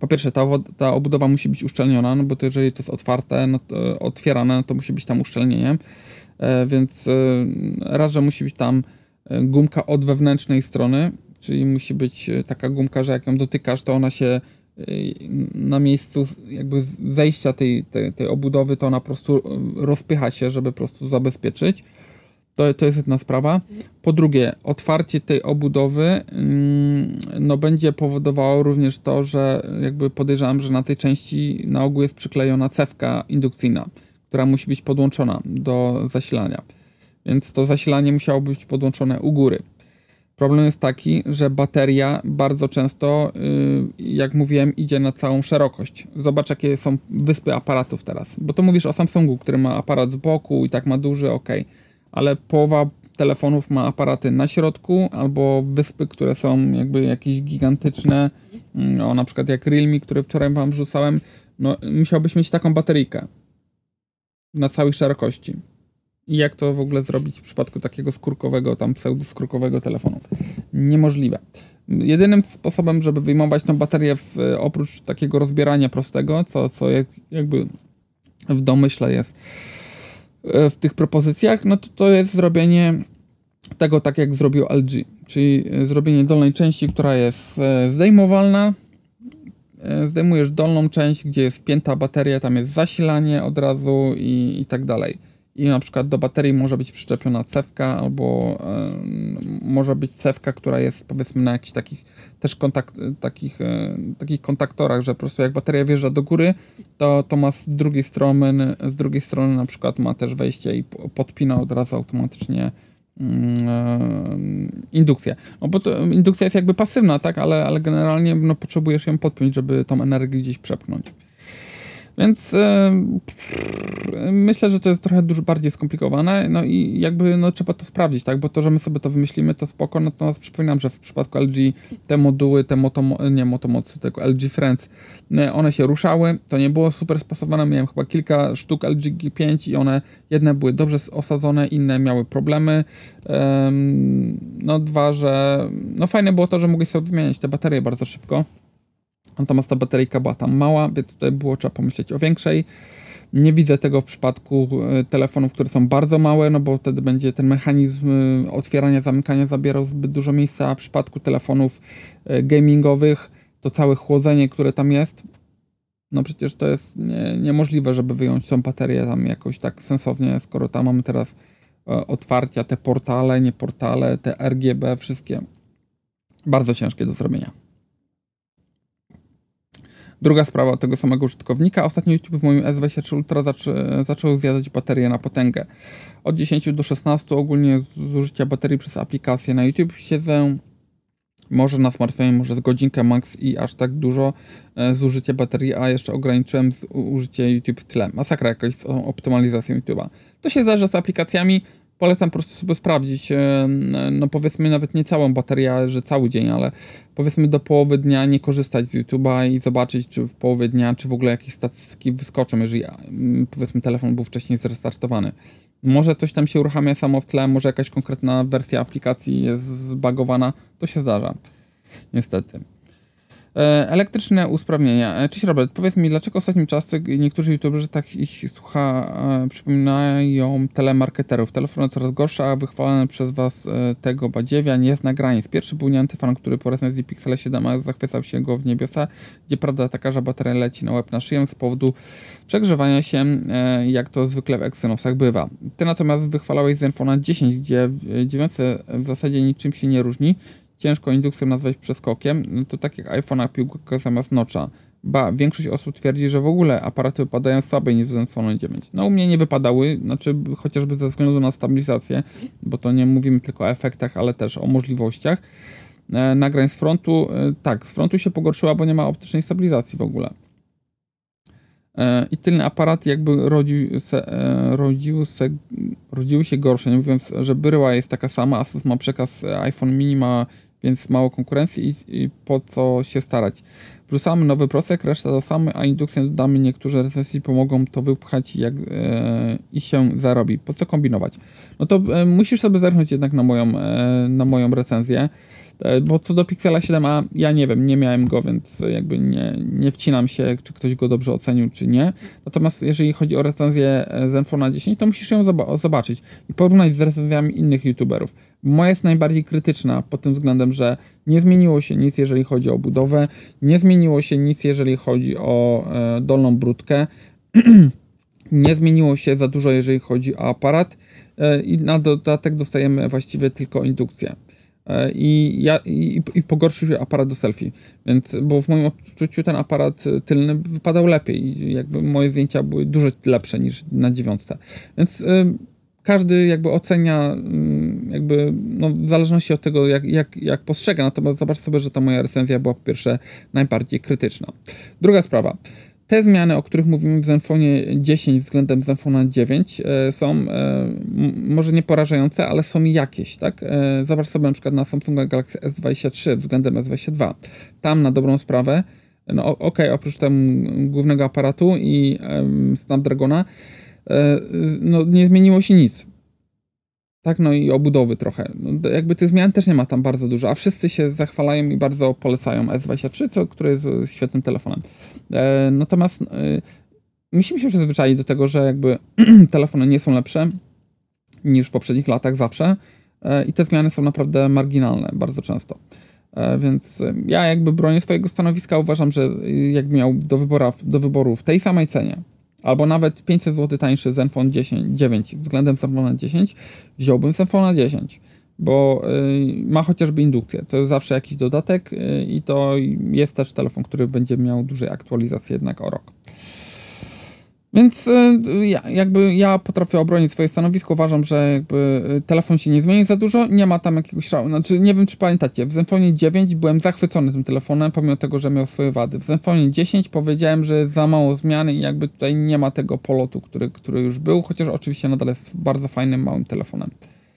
po pierwsze ta, ta obudowa musi być uszczelniona, no bo to jeżeli to jest otwarte, no to, otwierane, no to musi być tam uszczelnienie, e, więc e, raz, że musi być tam gumka od wewnętrznej strony, czyli musi być taka gumka, że jak ją dotykasz, to ona się na miejscu jakby zejścia tej, tej, tej obudowy, to ona po prostu rozpycha się, żeby po prostu zabezpieczyć. To, to jest jedna sprawa. Po drugie, otwarcie tej obudowy no, będzie powodowało również to, że jakby podejrzewam, że na tej części na ogół jest przyklejona cewka indukcyjna, która musi być podłączona do zasilania. Więc to zasilanie musiało być podłączone u góry. Problem jest taki, że bateria bardzo często, jak mówiłem, idzie na całą szerokość. Zobacz, jakie są wyspy aparatów teraz. Bo to mówisz o Samsungu, który ma aparat z boku i tak ma duży, ok. Ale połowa telefonów ma aparaty na środku, albo wyspy, które są jakby jakieś gigantyczne. No, na przykład jak Realme, który wczoraj wam wrzucałem, no musiałbyś mieć taką bateryjkę na całej szerokości. I jak to w ogóle zrobić w przypadku takiego skórkowego, tam pseudoskórkowego telefonu? Niemożliwe. Jedynym sposobem, żeby wyjmować tą baterię w, oprócz takiego rozbierania prostego, co, co jak, jakby w domyśle jest w tych propozycjach, no to to jest zrobienie tego tak jak zrobił L G, czyli zrobienie dolnej części, która jest zdejmowalna. Zdejmujesz dolną część, gdzie jest wpięta bateria, tam jest zasilanie od razu i, i tak dalej. I na przykład do baterii może być przyczepiona cewka, albo y, może być cewka, która jest powiedzmy na jakichś takich też kontakt, takich, y, takich kontaktorach, że po prostu jak bateria wjeżdża do góry, to, to ma z drugiej strony, z drugiej strony na przykład ma też wejście i podpina od razu automatycznie y, indukcję. No bo to, indukcja jest jakby pasywna, tak, ale, ale generalnie no, potrzebujesz ją podpiąć, żeby tą energię gdzieś przepchnąć. Więc yy, myślę, że to jest trochę dużo bardziej skomplikowane, no i jakby no, trzeba to sprawdzić, tak, bo to, że my sobie to wymyślimy, to spoko, natomiast przypominam, że w przypadku L G te moduły, te moto, nie motomocy, tylko L G Friends, one się ruszały, to nie było super spasowane, miałem chyba kilka sztuk L G G pięć i one, jedne były dobrze osadzone, inne miały problemy, yy, no dwa, że no fajne było to, że mogli sobie wymieniać te baterie bardzo szybko. Natomiast ta bateryjka była tam mała, więc tutaj było trzeba pomyśleć o większej. Nie widzę tego w przypadku telefonów, które są bardzo małe, no bo wtedy będzie ten mechanizm otwierania, zamykania zabierał zbyt dużo miejsca, a w przypadku telefonów gamingowych to całe chłodzenie, które tam jest, no przecież to jest nie, niemożliwe, żeby wyjąć tą baterię tam jakoś tak sensownie, skoro tam mamy teraz otwarcia, te portale, nie portale, te R G B, wszystkie bardzo ciężkie do zrobienia. Druga sprawa od tego samego użytkownika. Ostatnio YouTube w moim S dwadzieścia trzy Ultra zaczę, zaczął zjadać baterię na potęgę. Od dziesięciu do szesnastu ogólnie zużycia baterii przez aplikację na YouTube siedzę. Może na smartfonie, może z godzinkę max i aż tak dużo e, zużycie baterii, a jeszcze ograniczyłem z, użycie YouTube w tle. Masakra jakaś z optymalizacją YouTube'a. To się zdarza z aplikacjami. Polecam po prostu sobie sprawdzić, no powiedzmy nawet nie całą baterię, że cały dzień, ale powiedzmy do połowy dnia nie korzystać z YouTube'a i zobaczyć, czy w połowie dnia, czy w ogóle jakieś statystyki wyskoczą, jeżeli powiedzmy telefon był wcześniej zrestartowany. Może coś tam się uruchamia samo w tle, może jakaś konkretna wersja aplikacji jest zbagowana, to się zdarza, niestety. Elektryczne usprawnienia. Cześć Robert, powiedz mi, dlaczego w ostatnim czasie niektórzy youtuberzy tak ich słucha e, przypominają telemarketerów. Telefony coraz gorsze, a wychwalane przez was e, tego badziewia nie jest nagranie. Pierwszy był nieantyfan, który po recenzji Pixela siedem a zachwycał się go w niebiosa, gdzie prawda taka, że bateria leci na łeb na szyję z powodu przegrzewania się, e, jak to zwykle w Exynosach bywa. Ty natomiast wychwalałeś Zenfona dziesięć, gdzie w dziewiątce w zasadzie niczym się nie różni. Ciężko indukcję nazwać przeskokiem, to tak jak iPhone'a piłkę zamiast nocza. Ba, większość osób twierdzi, że w ogóle aparaty wypadają słabiej niż w Zenfone dziewięć. No u mnie nie wypadały, znaczy chociażby ze względu na stabilizację, bo to nie mówimy tylko o efektach, ale też o możliwościach. E, nagrań z frontu, e, tak, z frontu się pogorszyła, bo nie ma optycznej stabilizacji w ogóle. E, I tylny aparat jakby rodził se, e, rodził se, rodziły się gorsze, nie mówiąc, że bryła jest taka sama, Asus ma przekaz, iPhone mini ma więc mało konkurencji i, i po co się starać. Wrzucamy nowy procek, reszta to samo, a indukcję dodamy, niektóre recenzje pomogą to wypchać jak, e, i się zarobi. Po co kombinować? No to e, musisz sobie zerknąć jednak na moją, e, na moją recenzję. Bo co do Pixela siedem a, ja nie wiem, nie miałem go, więc jakby nie, nie wcinam się, czy ktoś go dobrze ocenił, czy nie. Natomiast jeżeli chodzi o recenzję Zenfona dziesięć, to musisz ją zob- zobaczyć i porównać z recenzjami innych youtuberów. Moja jest najbardziej krytyczna pod tym względem, że nie zmieniło się nic, jeżeli chodzi o budowę, nie zmieniło się nic, jeżeli chodzi o e, dolną brudkę, nie zmieniło się za dużo, jeżeli chodzi o aparat e, i na dodatek dostajemy właściwie tylko indukcję. I, ja, i, i pogorszył się aparat do selfie, więc, bo w moim odczuciu ten aparat tylny wypadał lepiej i jakby moje zdjęcia były dużo lepsze niż na dziewiątce, więc y, każdy jakby ocenia y, jakby no, w zależności od tego jak, jak, jak postrzega, natomiast zobacz sobie, że ta moja recenzja była po pierwsze najbardziej krytyczna. Druga sprawa. Te zmiany, o których mówimy w Zenfonie dziesięć względem Zenfona dziewięć e, są e, m, może nie porażające, ale są jakieś, tak? E, zobacz sobie na przykład na Samsunga Galaxy S dwadzieścia trzy względem S dwadzieścia dwa. Tam na dobrą sprawę, no okej, okay, oprócz tam głównego aparatu i e, Snapdragona, e, no nie zmieniło się nic. Tak, no i obudowy trochę. No, jakby tych zmian też nie ma tam bardzo dużo, a wszyscy się zachwalają i bardzo polecają S dwadzieścia trzy, co, który jest świetnym telefonem. E, natomiast e, musimy się przyzwyczaić do tego, że jakby telefony nie są lepsze niż w poprzednich latach zawsze e, i te zmiany są naprawdę marginalne bardzo często. E, więc ja jakby bronię swojego stanowiska, uważam, że jakby miał do, wybora, do wyboru w tej samej cenie albo nawet pięćset złotych tańszy Zenfone dziewięć względem Zenfona dziesięć, wziąłbym Zenfona dziesięć, bo y, ma chociażby indukcję. To jest zawsze jakiś dodatek y, i to jest też telefon, który będzie miał dużej aktualizacji jednak o rok. Więc y, ja, jakby ja potrafię obronić swoje stanowisko, uważam, że jakby telefon się nie zmieni za dużo, nie ma tam jakiegoś szału. Znaczy, nie wiem, czy pamiętacie, w Zenfonie dziewięć byłem zachwycony tym telefonem, pomimo tego, że miał swoje wady. W Zenfonie dziesięć powiedziałem, że jest za mało zmian i jakby tutaj nie ma tego polotu, który, który już był, chociaż oczywiście nadal jest bardzo fajnym, małym telefonem.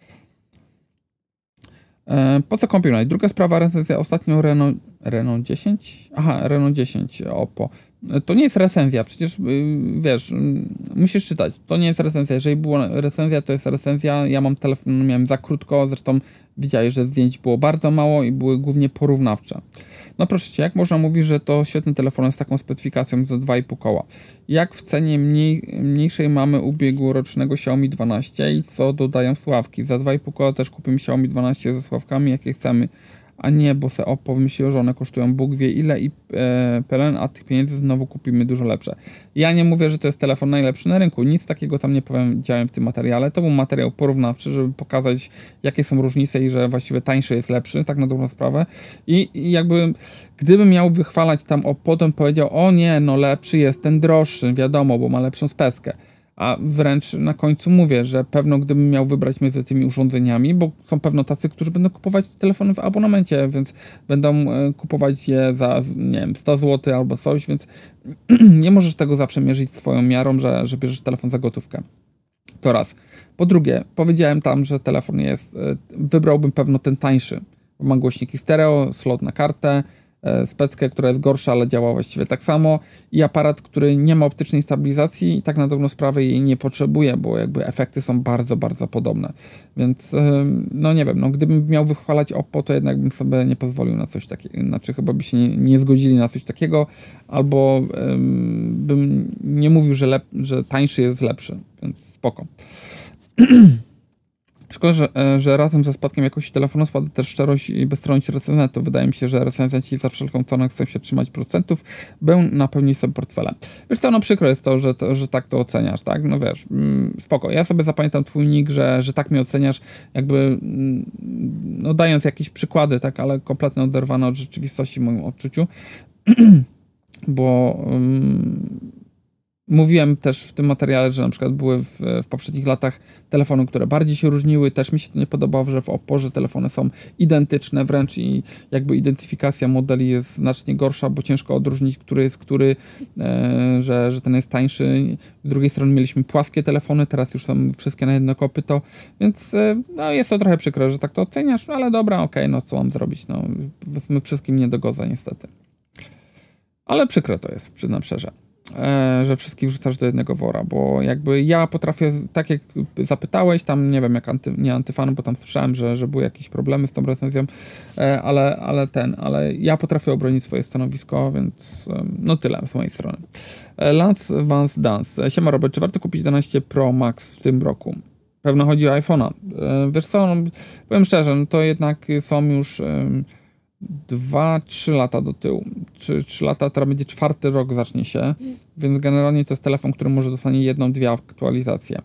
E, po co Compionite? Druga sprawa, recenzja ostatnio Renault, Renault dziesięć? Aha, Renault dziesięć Oppo. To nie jest recenzja, przecież wiesz, musisz czytać, to nie jest recenzja, jeżeli była recenzja, to jest recenzja, ja mam telefon, miałem za krótko, zresztą widziałeś, że zdjęć było bardzo mało i były głównie porównawcze. No proszę cię, jak można mówić, że to świetny telefon z taką specyfikacją za dwa i pół koła? Jak w cenie mniej, mniejszej mamy ubiegłorocznego Xiaomi dwanaście i co dodają sławki? Za dwa i pół koła też kupimy Xiaomi dwanaście ze sławkami, jakie chcemy. A nie, bo se Oppo wymyśliło, że one kosztują Bóg wie ile i e, pelen, a tych pieniędzy znowu kupimy dużo lepsze. Ja nie mówię, że to jest telefon najlepszy na rynku, nic takiego tam nie powiedziałem w tym materiale, to był materiał porównawczy, żeby pokazać, jakie są różnice i że właściwie tańszy jest lepszy, tak na dobrą sprawę. I, i jakby, gdybym miał wychwalać tam Oppo, to bym powiedział, o nie, no lepszy jest ten droższy, wiadomo, bo ma lepszą speckę. A wręcz na końcu mówię, że pewno gdybym miał wybrać między tymi urządzeniami, bo są pewno tacy, którzy będą kupować telefony w abonamencie, więc będą kupować je za, nie wiem, sto złotych albo coś, więc nie możesz tego zawsze mierzyć swoją miarą, że, że bierzesz telefon za gotówkę. To raz. Po drugie, powiedziałem tam, że telefon jest, wybrałbym pewno ten tańszy. Ma głośniki stereo, slot na kartę, speckę, która jest gorsza, ale działa właściwie tak samo i aparat, który nie ma optycznej stabilizacji i tak na dobrą sprawę jej nie potrzebuje, bo jakby efekty są bardzo, bardzo podobne. Więc no nie wiem, no gdybym miał wychwalać Oppo, to jednak bym sobie nie pozwolił na coś takiego, znaczy chyba by się nie, nie zgodzili na coś takiego, albo um, bym nie mówił, że, lep, że tańszy jest lepszy, więc spoko. Szkoda, że, że razem ze spadkiem jakości telefonu spada też szczerość i bezstronność recenzentu. Wydaje mi się, że recenzenci za wszelką cenę chcą się trzymać procentów, by napełnić sobie portfele. Wiesz co, no przykro jest to, że, to, że tak to oceniasz, tak? No wiesz, mm, spoko. Ja sobie zapamiętam twój nick, że, że tak mnie oceniasz, jakby mm, no dając jakieś przykłady, tak, ale kompletnie oderwane od rzeczywistości w moim odczuciu, bo mm, mówiłem też w tym materiale, że na przykład były w, w poprzednich latach telefony, które bardziej się różniły. Też mi się to nie podobało, że w Oppo, że telefony są identyczne wręcz i jakby identyfikacja modeli jest znacznie gorsza, bo ciężko odróżnić, który jest który, e, że, że ten jest tańszy. Z drugiej strony mieliśmy płaskie telefony, teraz już są wszystkie na jedno kopyto, więc e, no jest to trochę przykre, że tak to oceniasz, ale dobra, okej, okay, no co mam zrobić? No, powiedzmy, wszystkim nie dogodzę niestety. Ale przykre to jest, przyznam szczerze. e, że wszystkich wrzucasz do jednego wora, bo jakby ja potrafię, tak jak zapytałeś, tam nie wiem, jak anty, nie antyfan, bo tam słyszałem, że, że były jakieś problemy z tą recenzją, e, ale, ale ten, ale ja potrafię obronić swoje stanowisko, więc e, no tyle z mojej strony. E, Lance Vance Dance. Siema Robert, czy warto kupić jedenaście Pro Max w tym roku? Pewno chodzi o iPhone'a. E, wiesz co, no, powiem szczerze, no to jednak są już e, dwa trzy lata do tyłu. Czy trzy lata, teraz będzie czwarty rok, zacznie się, więc generalnie to jest telefon, który może dostanie jedną, dwie aktualizacje.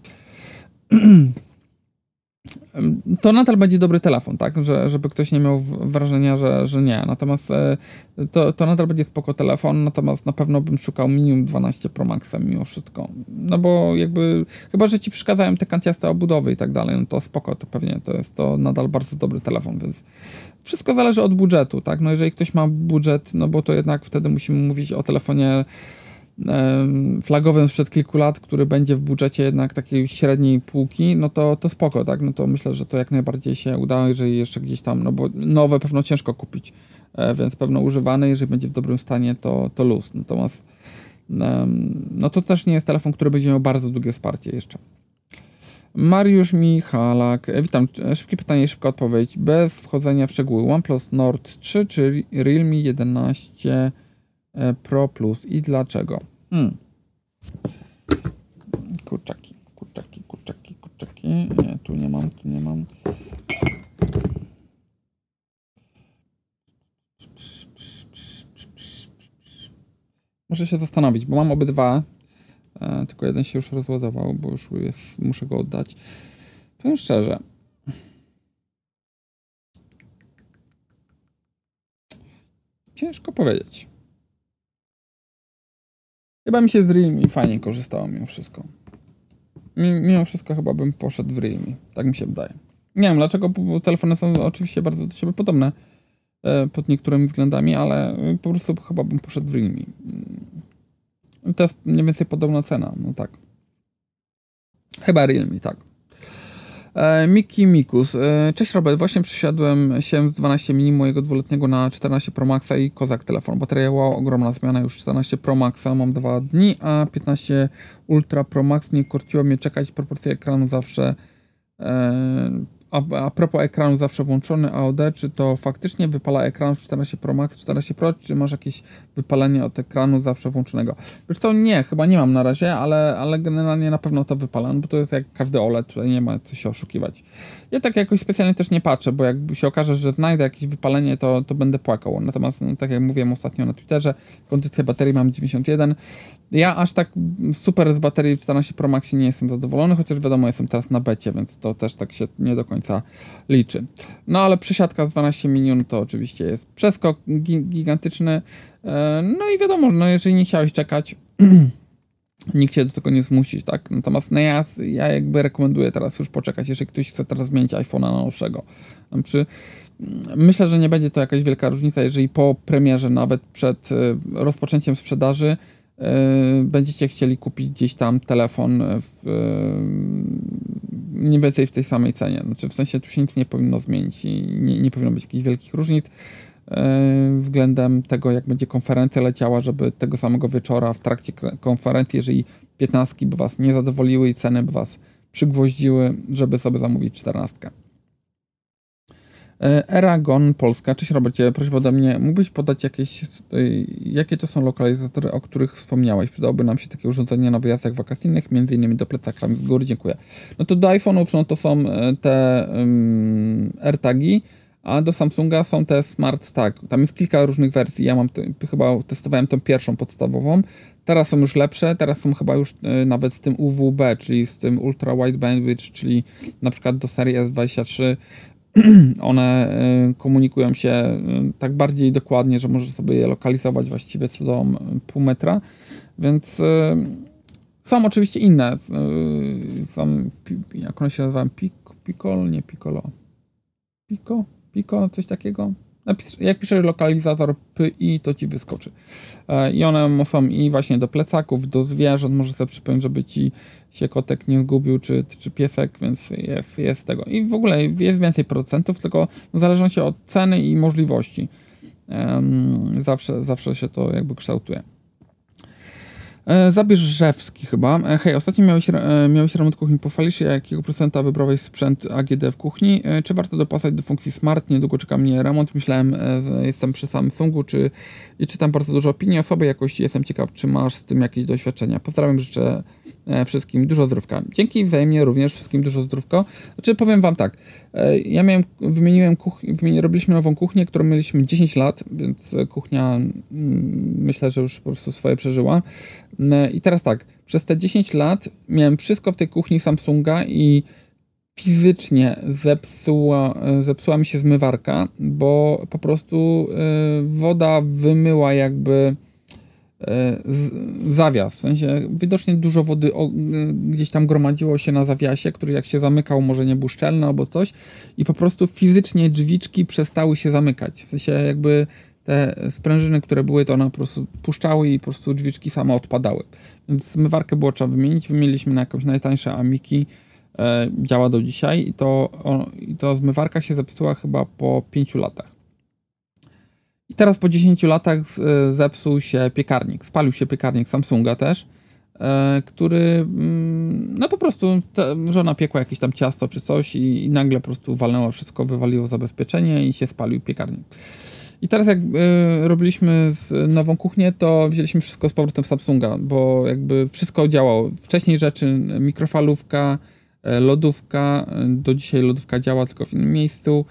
To nadal będzie dobry telefon, tak? Że, żeby ktoś nie miał wrażenia, że, że nie. Natomiast e, to, to nadal będzie spoko telefon, natomiast na pewno bym szukał minimum dwanaście Pro Maxa mimo wszystko. No bo jakby, chyba że ci przeszkadzają te kanciaste obudowy i tak dalej, no to spoko, to pewnie to jest to nadal bardzo dobry telefon, więc wszystko zależy od budżetu, tak? No jeżeli ktoś ma budżet, no bo to jednak wtedy musimy mówić o telefonie flagowym sprzed kilku lat, który będzie w budżecie jednak takiej średniej półki, no to, to spoko, tak? No to myślę, że to jak najbardziej się uda, jeżeli jeszcze gdzieś tam, no bo nowe pewno ciężko kupić, e, więc pewno używany, jeżeli będzie w dobrym stanie, to, to luz. Natomiast um, no to też nie jest telefon, który będzie miał bardzo długie wsparcie jeszcze. Mariusz Michalak, e, witam, szybkie pytanie, szybka odpowiedź, bez wchodzenia w szczegóły. OnePlus Nord trzy czy Realme jedenaście Pro Plus i dlaczego? Hmm. Kurczaki, kurczaki, kurczaki, kurczaki. Nie, tu nie mam, tu nie mam. Muszę się zastanowić, bo mam obydwa. E, tylko jeden się już rozładował, bo już jest, muszę go oddać. Powiem szczerze. Ciężko powiedzieć. Chyba mi się z Realme fajnie korzystało mimo wszystko. Mimo wszystko chyba bym poszedł w Realme. Tak mi się wydaje. Nie wiem dlaczego, bo telefony są oczywiście bardzo do siebie podobne e, pod niektórymi względami, ale po prostu chyba bym poszedł w Realme. To jest mniej więcej podobna cena, no tak. Chyba Realme, tak. E, Miki Mikus. E, cześć Robert, właśnie przysiadłem się z dwanaście mini mojego dwuletniego na czternaście Pro Maxa i kozak telefon. Bateria wow, ogromna zmiana, już czternaście Pro Maxa mam dwa dni, a piętnaście Ultra Pro Max nie korciło mnie czekać, proporcje ekranu zawsze e, a, a propos ekranu zawsze włączony A O D, czy to faktycznie wypala ekran w czternaście Pro Max, czternaście Pro, czy masz jakieś wypalenie od ekranu zawsze włączonego? Wiesz co, nie, chyba nie mam na razie, ale, ale generalnie na pewno to wypala, no bo to jest jak każdy O L E D, tutaj nie ma co się oszukiwać. Ja tak jakoś specjalnie też nie patrzę, bo jakby się okaże, że znajdę jakieś wypalenie, to, to będę płakał. Natomiast, no, tak jak mówiłem ostatnio na Twitterze, kondycję baterii mam dziewięćdziesiąt jeden. Ja aż tak super z baterii czternaście Pro Max nie jestem zadowolony, chociaż wiadomo, jestem teraz na becie, więc to też tak się nie do końca liczy. No ale przysiadka z dwanaście mini to oczywiście jest przeskok gi- gigantyczny. No i wiadomo, no jeżeli nie chciałeś czekać, nikt cię do tego nie zmusi, tak? Natomiast no ja, ja jakby rekomenduję teraz już poczekać, jeżeli ktoś chce teraz zmienić iPhone'a na nowszego. Znaczy, myślę, że nie będzie to jakaś wielka różnica, jeżeli po premierze, nawet przed rozpoczęciem sprzedaży, Yy, będziecie chcieli kupić gdzieś tam telefon w, yy, mniej więcej w tej samej cenie. Znaczy w sensie tu się nic nie powinno zmienić i nie, nie powinno być jakichś wielkich różnic yy, względem tego, jak będzie konferencja leciała, żeby tego samego wieczora w trakcie konferencji, jeżeli piętnastki by was nie zadowoliły i ceny by was przygwoździły, żeby sobie zamówić czternastkę. Eragon Polska. Cześć Robercie, prośba ode mnie. Mógłbyś podać jakieś, jakie to są lokalizatory, o których wspomniałeś? Przydałoby nam się takie urządzenie na wyjazdach wakacyjnych, między innymi do plecaka z góry. Dziękuję. No to do iPhone'ów no to są te um, AirTagi, a do Samsunga są te Smart Tag. Tam jest kilka różnych wersji. Ja mam te, chyba testowałem tą pierwszą podstawową. Teraz są już lepsze, teraz są chyba już y, nawet z tym U W B, czyli z tym Ultra Wide Bandwidth, czyli na przykład do serii S dwadzieścia trzy. One y, komunikują się y, tak bardziej dokładnie, że możesz sobie je lokalizować właściwie co do pół metra, więc y, są oczywiście inne. Y, są, jak one się nazywają? Pico? Nie Piccolo. Pico? Pico? Coś takiego? Napis, jak piszesz lokalizator P I, to ci wyskoczy. E, I one są i właśnie do plecaków, do zwierząt, może sobie przypomnieć, żeby ci się kotek nie zgubił, czy, czy piesek, więc jest, jest tego. I w ogóle jest więcej producentów, tylko w zależności od ceny i możliwości. Um, zawsze, zawsze się to jakby kształtuje. E, Zabierzewski chyba. E, hej, ostatnio miałeś, e, miałeś remont kuchni. Pochwalisz się, jakiego procenta wybrałeś sprzęt A G D w kuchni? E, czy warto dopasać do funkcji Smart? Niedługo czeka mnie remont. Myślałem, e, że jestem przy Samsungu, czy i czytam bardzo dużo opinii o sobie jakości. Jestem ciekaw, czy masz z tym jakieś doświadczenia. Pozdrawiam, życzę e, wszystkim dużo zdrówka. Dzięki wzajemnie również wszystkim dużo zdrówka. Znaczy, powiem wam tak. E, ja miałem, wymieniłem kuchnię, wymieni, robiliśmy nową kuchnię, którą mieliśmy dziesięć lat, więc kuchnia mm, myślę, że już po prostu swoje przeżyła. I teraz tak, przez te dziesięć lat miałem wszystko w tej kuchni Samsunga i fizycznie zepsuła, zepsuła mi się zmywarka, bo po prostu y, woda wymyła jakby y, z, zawias. W sensie widocznie dużo wody o, y, gdzieś tam gromadziło się na zawiasie, który jak się zamykał może nie był szczelny albo coś i po prostu fizycznie drzwiczki przestały się zamykać. W sensie jakby te sprężyny, które były, to one po prostu puszczały i po prostu drzwiczki same odpadały. Więc zmywarkę było trzeba wymienić. Wymieniliśmy na jakąś najtańsze Amiki. E, działa do dzisiaj i to, o, i to zmywarka się zepsuła chyba po pięciu latach. I teraz po dziesięciu latach z, zepsuł się piekarnik. Spalił się piekarnik Samsunga też, e, który mm, no po prostu te, żona piekła jakieś tam ciasto czy coś i, i nagle po prostu walnęło wszystko, wywaliło zabezpieczenie i się spalił piekarnik. I teraz jak y, robiliśmy z nową kuchnię, to wzięliśmy wszystko z powrotem Samsunga, bo jakby wszystko działało. Wcześniej rzeczy, mikrofalówka, lodówka, do dzisiaj lodówka działa tylko w innym miejscu,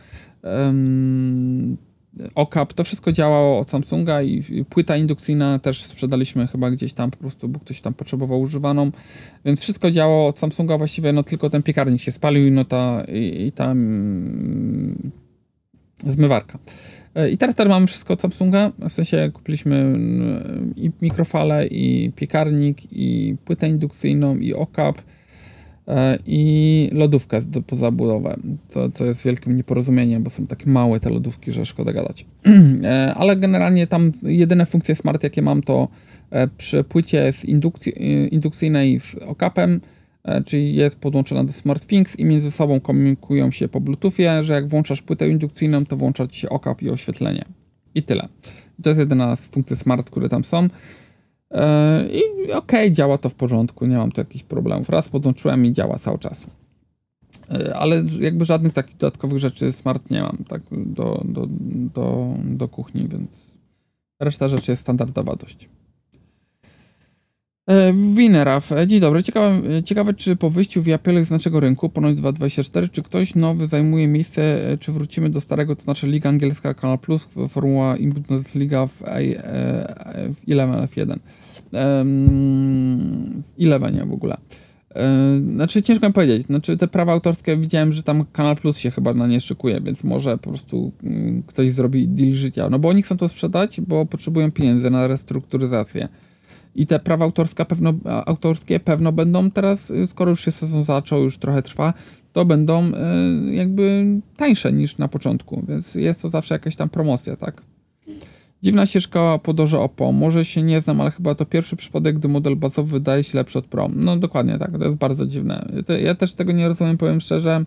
um, okap, to wszystko działało od Samsunga i, i płyta indukcyjna też sprzedaliśmy chyba gdzieś tam po prostu, bo ktoś tam potrzebował używaną, więc wszystko działało od Samsunga właściwie, no tylko ten piekarnik się spalił no ta, i, i ta mm, zmywarka. I teraz, teraz mamy wszystko od Samsunga, w sensie kupiliśmy i mikrofalę, i piekarnik, i płytę indukcyjną, i okap, i lodówkę do pozabudowę. To, to jest wielkim nieporozumieniem, bo są takie małe te lodówki, że szkoda gadać. Ale generalnie tam jedyne funkcje smart, jakie mam, to przy płycie z indukcji, indukcyjnej z okapem, czyli jest podłączona do SmartThings i między sobą komunikują się po Bluetoothie, że jak włączasz płytę indukcyjną, to włącza ci się okap i oświetlenie. I tyle. I to jest jedyna z funkcji smart, które tam są. I okej, okay, działa to w porządku, nie mam tu jakichś problemów. Raz podłączyłem i działa cały czas. Ale jakby żadnych takich dodatkowych rzeczy smart nie mam tak do, do, do, do kuchni, więc reszta rzeczy jest standardowa dość. Wineraf. Dzień dobry. Ciekawe, ciekawe, czy po wyjściu Viaplay z naszego rynku, ponoć dwa tysiące dwudziesty czwarty, czy ktoś nowy zajmuje miejsce, czy wrócimy do starego, to znaczy Liga Angielska, Kanal Plus, Formuła Bundesliga w, w jedenaście F jeden. W jedenaście w ogóle. Znaczy ciężko mi powiedzieć. Znaczy te prawa autorskie widziałem, że tam Kanal Plus się chyba na nie szykuje, więc może po prostu ktoś zrobi deal życia. No bo oni chcą to sprzedać, bo potrzebują pieniędzy na restrukturyzację. I te prawa autorskie pewno, autorskie pewno będą teraz, skoro już się sezon zaczął, już trochę trwa, to będą y, jakby tańsze niż na początku, więc jest to zawsze jakaś tam promocja, tak? Dziwna ścieżka po Dorze Oppo. Może się nie znam, ale chyba to pierwszy przypadek, gdy model bazowy wydaje się lepszy od Pro. No dokładnie tak, to jest bardzo dziwne. Ja też tego nie rozumiem, powiem szczerze.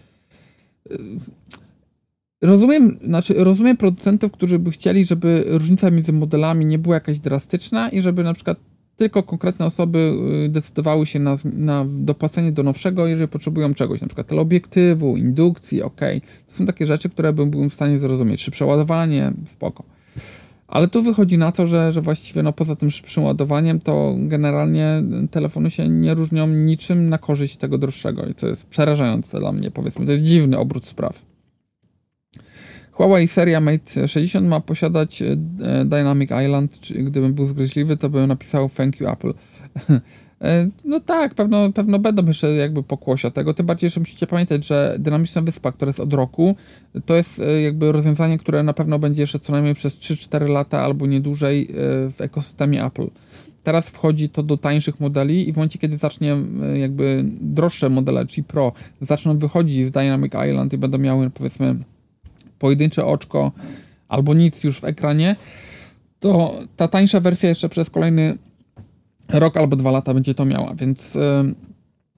Rozumiem, znaczy rozumiem producentów, którzy by chcieli, żeby różnica między modelami nie była jakaś drastyczna i żeby na przykład tylko konkretne osoby decydowały się na, na dopłacenie do nowszego, jeżeli potrzebują czegoś, na przykład teleobiektywu, indukcji, ok. To są takie rzeczy, które bym był w stanie zrozumieć. Szybsze ładowanie, spoko. Ale tu wychodzi na to, że, że właściwie no poza tym szybszym ładowaniem, to generalnie telefony się nie różnią niczym na korzyść tego droższego i to jest przerażające dla mnie, powiedzmy. To jest dziwny obrót spraw. Huawei seria Mate sześćdziesiąt ma posiadać Dynamic Island. Gdybym był zgryźliwy, to bym napisał thank you Apple. No tak, pewno, pewno będą jeszcze jakby pokłosia tego, tym bardziej, że musicie pamiętać, że dynamiczna wyspa, która jest od roku, to jest jakby rozwiązanie, które na pewno będzie jeszcze co najmniej przez trzy cztery lata albo nie dłużej w ekosystemie Apple. Teraz wchodzi to do tańszych modeli i w momencie, kiedy zacznie jakby droższe modele, czyli Pro, zaczną wychodzić z Dynamic Island i będą miały powiedzmy pojedyncze oczko albo nic już w ekranie, to ta tańsza wersja jeszcze przez kolejny rok albo dwa lata będzie to miała, więc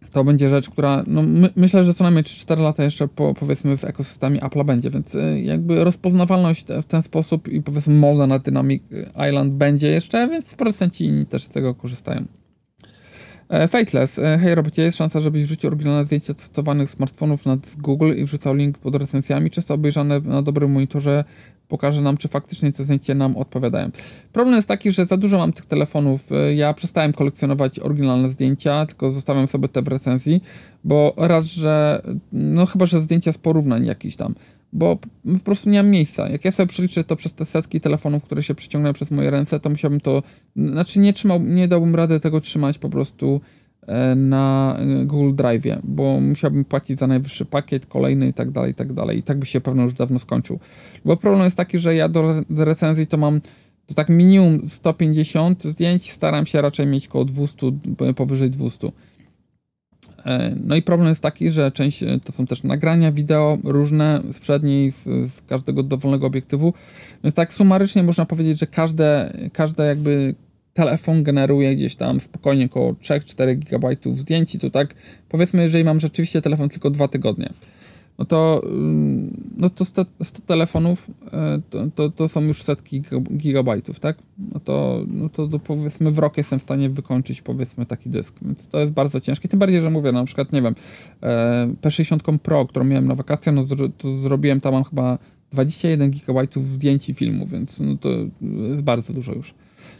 to będzie rzecz, która, no my, myślę, że co najmniej trzy cztery lata jeszcze po, powiedzmy w ekosystemie Apple'a będzie, więc y, jakby rozpoznawalność te, w ten sposób i powiedzmy moda na Dynamic Island będzie jeszcze, więc producenci inni też z tego korzystają. E, Fateless. E, hej Robercie, jest szansa, żebyś wrzucił oryginalne zdjęcia testowanych smartfonów nad z Google i wrzucał link pod recenzjami, często obejrzane na dobrym monitorze pokaże nam, czy faktycznie te zdjęcia nam odpowiadają. Problem jest taki, że za dużo mam tych telefonów. Ja przestałem kolekcjonować oryginalne zdjęcia, tylko zostawiam sobie te w recenzji, bo raz, że no chyba, że zdjęcia z porównań jakichś tam, bo po prostu nie mam miejsca. Jak ja sobie przeliczę to przez te setki telefonów, które się przyciągnęły przez moje ręce, to musiałbym to, znaczy nie trzymał, nie dałbym rady tego trzymać po prostu na Google Drive'ie, bo musiałbym płacić za najwyższy pakiet, kolejny i tak dalej, i tak dalej. I tak by się pewno już dawno skończył. Bo problem jest taki, że ja do, do recenzji to mam to tak minimum sto pięćdziesiąt zdjęć, staram się raczej mieć około dwieście, powyżej dwieście. No i problem jest taki, że część to są też nagrania wideo różne z przedniej, z, z każdego dowolnego obiektywu, więc tak sumarycznie można powiedzieć, że każde, każde jakby telefon generuje gdzieś tam spokojnie około trzy cztery gigabajtów zdjęć i to tak powiedzmy, jeżeli mam rzeczywiście telefon tylko dwa tygodnie, no to, no to sto, sto telefonów to, to, to są już setki gigabajtów, tak? No to, no to, to powiedzmy w rok jestem w stanie wykończyć powiedzmy taki dysk, więc to jest bardzo ciężkie, tym bardziej, że mówię, na przykład nie wiem, P sześćdziesiąt Pro, którą miałem na wakacje, no to zrobiłem tam mam chyba dwadzieścia jeden gigabajtów zdjęć i filmu, więc no to jest bardzo dużo już.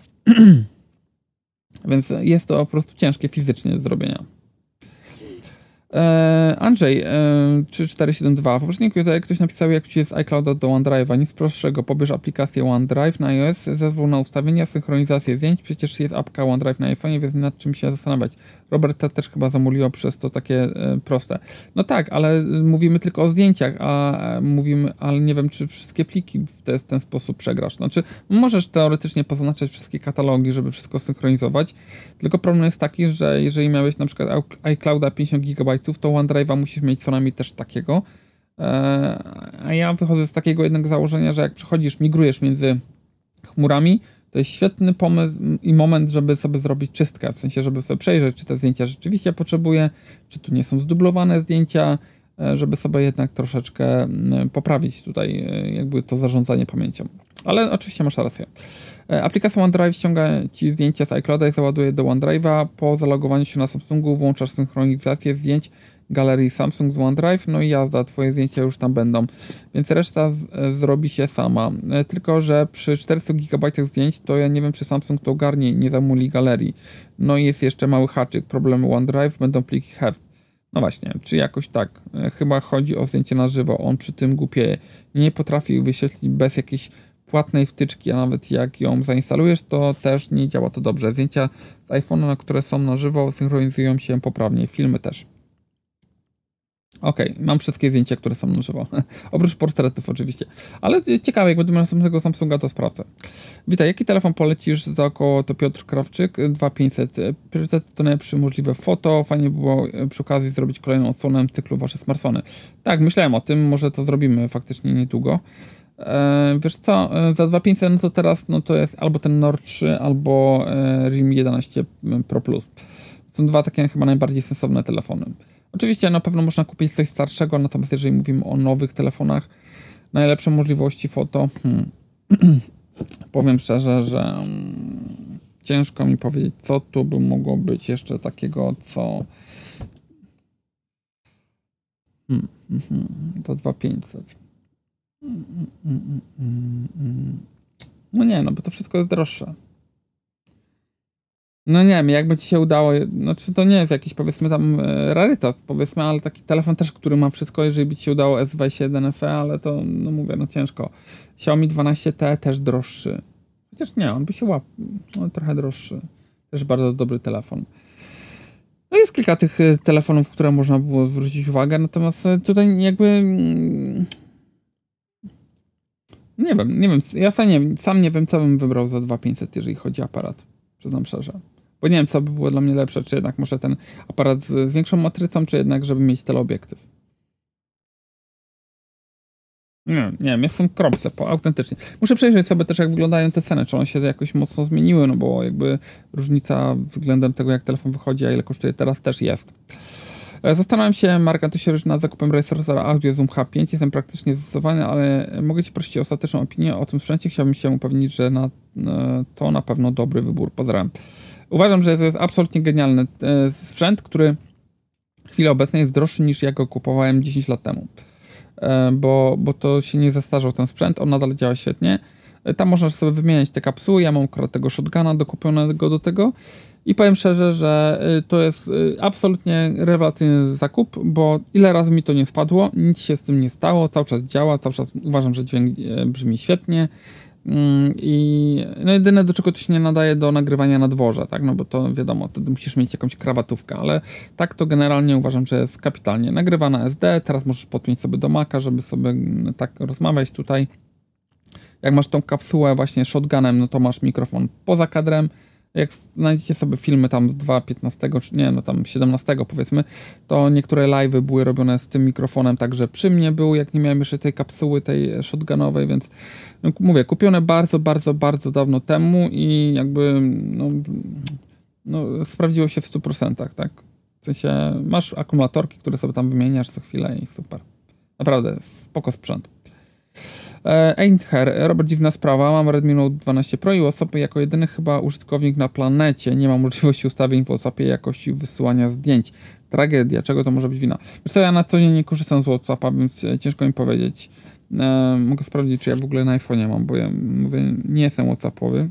Więc jest to po prostu ciężkie fizycznie do zrobienia. Eee, Andrzej, eee, trzy cztery siedem dwa. W poprzedniku tutaj ktoś napisał, jak ci jest iClouda do OneDrive'a. Nic prostszego. Pobierz aplikację OneDrive na iOS, zezwól na ustawienia, synchronizację zdjęć. Przecież jest apka OneDrive na iPhone'ie, więc nad czym się zastanawiać. Roberta też chyba zamuliło przez to takie e, proste. No tak, ale mówimy tylko o zdjęciach, a e, mówimy, ale nie wiem, czy wszystkie pliki w, te, w ten sposób przegrasz. Znaczy, możesz teoretycznie pozaznaczać wszystkie katalogi, żeby wszystko synchronizować, tylko problem jest taki, że jeżeli miałeś na przykład iClouda pięćdziesiąt gigabajtów, to OneDrive'a musisz mieć co najmniej też takiego. Eee, a ja wychodzę z takiego jednego założenia, że jak przechodzisz, migrujesz między chmurami, to jest świetny pomysł i moment, żeby sobie zrobić czystkę, w sensie, żeby sobie przejrzeć, czy te zdjęcia rzeczywiście potrzebuję, czy tu nie są zdublowane zdjęcia, żeby sobie jednak troszeczkę poprawić tutaj jakby to zarządzanie pamięcią. Ale oczywiście masz rację. Aplikacja OneDrive ściąga ci zdjęcia z iClouda i załaduje do OneDrive'a. Po zalogowaniu się na Samsungu włączasz synchronizację zdjęć galerii Samsung z OneDrive, no i jazda, twoje zdjęcia już tam będą. Więc reszta z, zrobi się sama. Tylko że przy czterystu gigabajtach zdjęć to ja nie wiem, czy Samsung to ogarnie i nie zamuli galerii. No i jest jeszcze mały haczyk, problemy OneDrive, będą pliki H E V. No właśnie, czy jakoś tak. Chyba chodzi o zdjęcie na żywo. On przy tym głupieje. Nie potrafi wyświetlić bez jakiejś płatnej wtyczki, a nawet jak ją zainstalujesz, to też nie działa to dobrze. Zdjęcia z iPhone'a, które są na żywo, synchronizują się poprawnie. Filmy też. Ok, mam wszystkie zdjęcia, które są na żywo. Oprócz portretów oczywiście. Ale ciekawe, jak będę miał następnego Samsunga, to sprawdzę. Witaj, jaki telefon polecisz za około, to Piotr Krawczyk, dwa tysiące pięćset. Priorytet to najlepsze możliwe foto. Fajnie było przy okazji zrobić kolejną odsłonę cyklu wasze smartfony. Tak, myślałem o tym, może to zrobimy faktycznie niedługo. E, wiesz co, za dwa tysiące pięćset no to teraz no to jest albo ten Nord trzy, albo e, Realme jedenaście Pro Plus. To są dwa takie chyba najbardziej sensowne telefony. Oczywiście na pewno można kupić coś starszego, natomiast jeżeli mówimy o nowych telefonach, najlepsze możliwości foto, hmm. powiem szczerze, że hmm, ciężko mi powiedzieć, co tu by mogło być jeszcze takiego, co hmm, hmm, to dwa tysiące pięćset. Hmm, hmm, hmm, hmm. No nie, no bo to wszystko jest droższe. No nie wiem, jakby ci się udało, znaczy to nie jest jakiś powiedzmy tam e, rarytat, powiedzmy, ale taki telefon też, który ma wszystko, jeżeli by ci się udało S dwadzieścia jeden F E, ale to, no mówię, no ciężko. Xiaomi dwanaście T też droższy. Chociaż nie, on by się łapał, no, trochę droższy. Też bardzo dobry telefon. No jest kilka tych telefonów, które można było zwrócić uwagę, natomiast tutaj jakby... Mm, nie wiem, nie wiem, ja sam nie, sam nie wiem, co bym wybrał za dwa tysiące pięćset, jeżeli chodzi o aparat. Przyznam szczerze. Bo nie wiem, co by było dla mnie lepsze, czy jednak może ten aparat z, z większą matrycą, czy jednak, żeby mieć teleobiektyw. Nie, nie wiem, jestem w kropce, po, autentycznie. Muszę przejrzeć sobie też, jak wyglądają te ceny, czy one się jakoś mocno zmieniły, no bo jakby różnica względem tego, jak telefon wychodzi, a ile kosztuje teraz, też jest. Zastanawiam się, Mark Antysiewicz, nad zakupem procesora Audio Zoom H pięć. Jestem praktycznie zdecydowany, ale mogę Cię prosić o ostateczną opinię o tym sprzęcie. Chciałbym się upewnić, że na, to na pewno dobry wybór. Pozdrawiam. Uważam, że to jest absolutnie genialny sprzęt, który w chwili obecnej jest droższy niż ja go kupowałem dziesięć lat temu. Bo, bo to się nie zestarzał ten sprzęt, on nadal działa świetnie. Tam można sobie wymieniać te kapsuły, ja mam akurat tego shotguna dokupionego do tego i powiem szczerze, że to jest absolutnie rewelacyjny zakup, bo ile razy mi to nie spadło, nic się z tym nie stało, cały czas działa, cały czas uważam, że dźwięk brzmi świetnie i no jedyne, do czego to się nie nadaje, do nagrywania na dworze, tak, no bo to wiadomo, wtedy musisz mieć jakąś krawatówkę, ale tak to generalnie uważam, że jest kapitalnie nagrywa na S D, teraz możesz podpiąć sobie do Maca, żeby sobie tak rozmawiać tutaj. Jak masz tą kapsułę właśnie shotgunem, no to masz mikrofon poza kadrem. Jak znajdziecie sobie filmy tam z dwa tysiące piętnastego, czy nie, no tam siedemnastego powiedzmy, to niektóre live'y były robione z tym mikrofonem, także przy mnie był, jak nie miałem jeszcze tej kapsuły, tej shotgunowej, więc no, mówię, kupione bardzo, bardzo, bardzo dawno temu i jakby no, no sprawdziło się w stu procentach, tak? W sensie masz akumulatorki, które sobie tam wymieniasz co chwilę i super. Naprawdę, spoko sprzęt. Einher, Robert, dziwna sprawa, mam Redmi Note dwanaście Pro i WhatsApp jako jedyny chyba użytkownik na planecie nie ma możliwości ustawień w WhatsAppie jakości wysyłania zdjęć. Tragedia, czego to może być wina? Wiesz co, ja na co dzień nie korzystam z WhatsAppa, więc ciężko mi powiedzieć. E, mogę sprawdzić, czy ja w ogóle na iPhone'ie mam, bo ja mówię, nie jestem WhatsAppowy.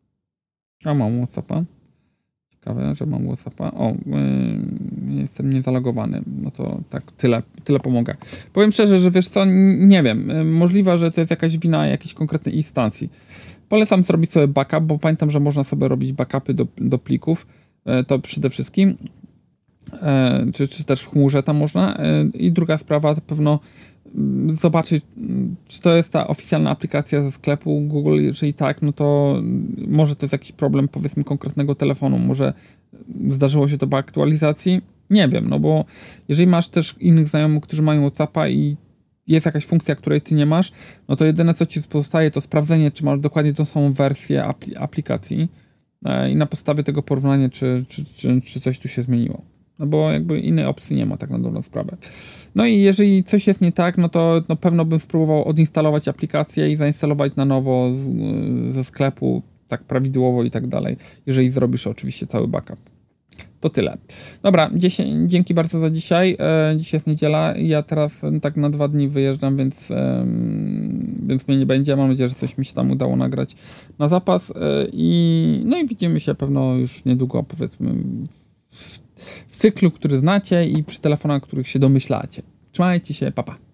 A mam WhatsAppa. Ciekawe, że mam WhatsAppa. O, yy, jestem niezalogowany. No to tak, tyle, tyle pomogę. Powiem szczerze, że wiesz co, nie wiem. Yy, możliwe, że to jest jakaś wina jakiejś konkretnej instancji. Polecam zrobić sobie backup, bo pamiętam, że można sobie robić backupy do, do plików. Yy, to przede wszystkim. Yy, czy, czy też w chmurze tam można. Yy, I druga sprawa, to pewno zobaczyć, czy to jest ta oficjalna aplikacja ze sklepu Google. Jeżeli tak, no to może to jest jakiś problem, powiedzmy, konkretnego telefonu. Może zdarzyło się to po aktualizacji? Nie wiem, no bo jeżeli masz też innych znajomych, którzy mają WhatsAppa i jest jakaś funkcja, której ty nie masz, no to jedyne, co ci pozostaje, to sprawdzenie, czy masz dokładnie tą samą wersję apl- aplikacji e, i na podstawie tego porównanie, czy, czy, czy, czy coś tu się zmieniło. No bo jakby innej opcji nie ma, tak na dobrą sprawę. No i jeżeli coś jest nie tak, no to na pewno bym spróbował odinstalować aplikację i zainstalować na nowo z, ze sklepu, tak prawidłowo i tak dalej, jeżeli zrobisz oczywiście cały backup. To tyle. Dobra, dziesię- dzięki bardzo za dzisiaj. E, dzisiaj jest niedziela. Ja teraz tak na dwa dni wyjeżdżam, więc, e, więc mnie nie będzie. Mam nadzieję, że coś mi się tam udało nagrać na zapas. E, i, no i widzimy się pewno już niedługo, powiedzmy, w, w cyklu, który znacie i przy telefonach, których się domyślacie. Trzymajcie się, pa pa.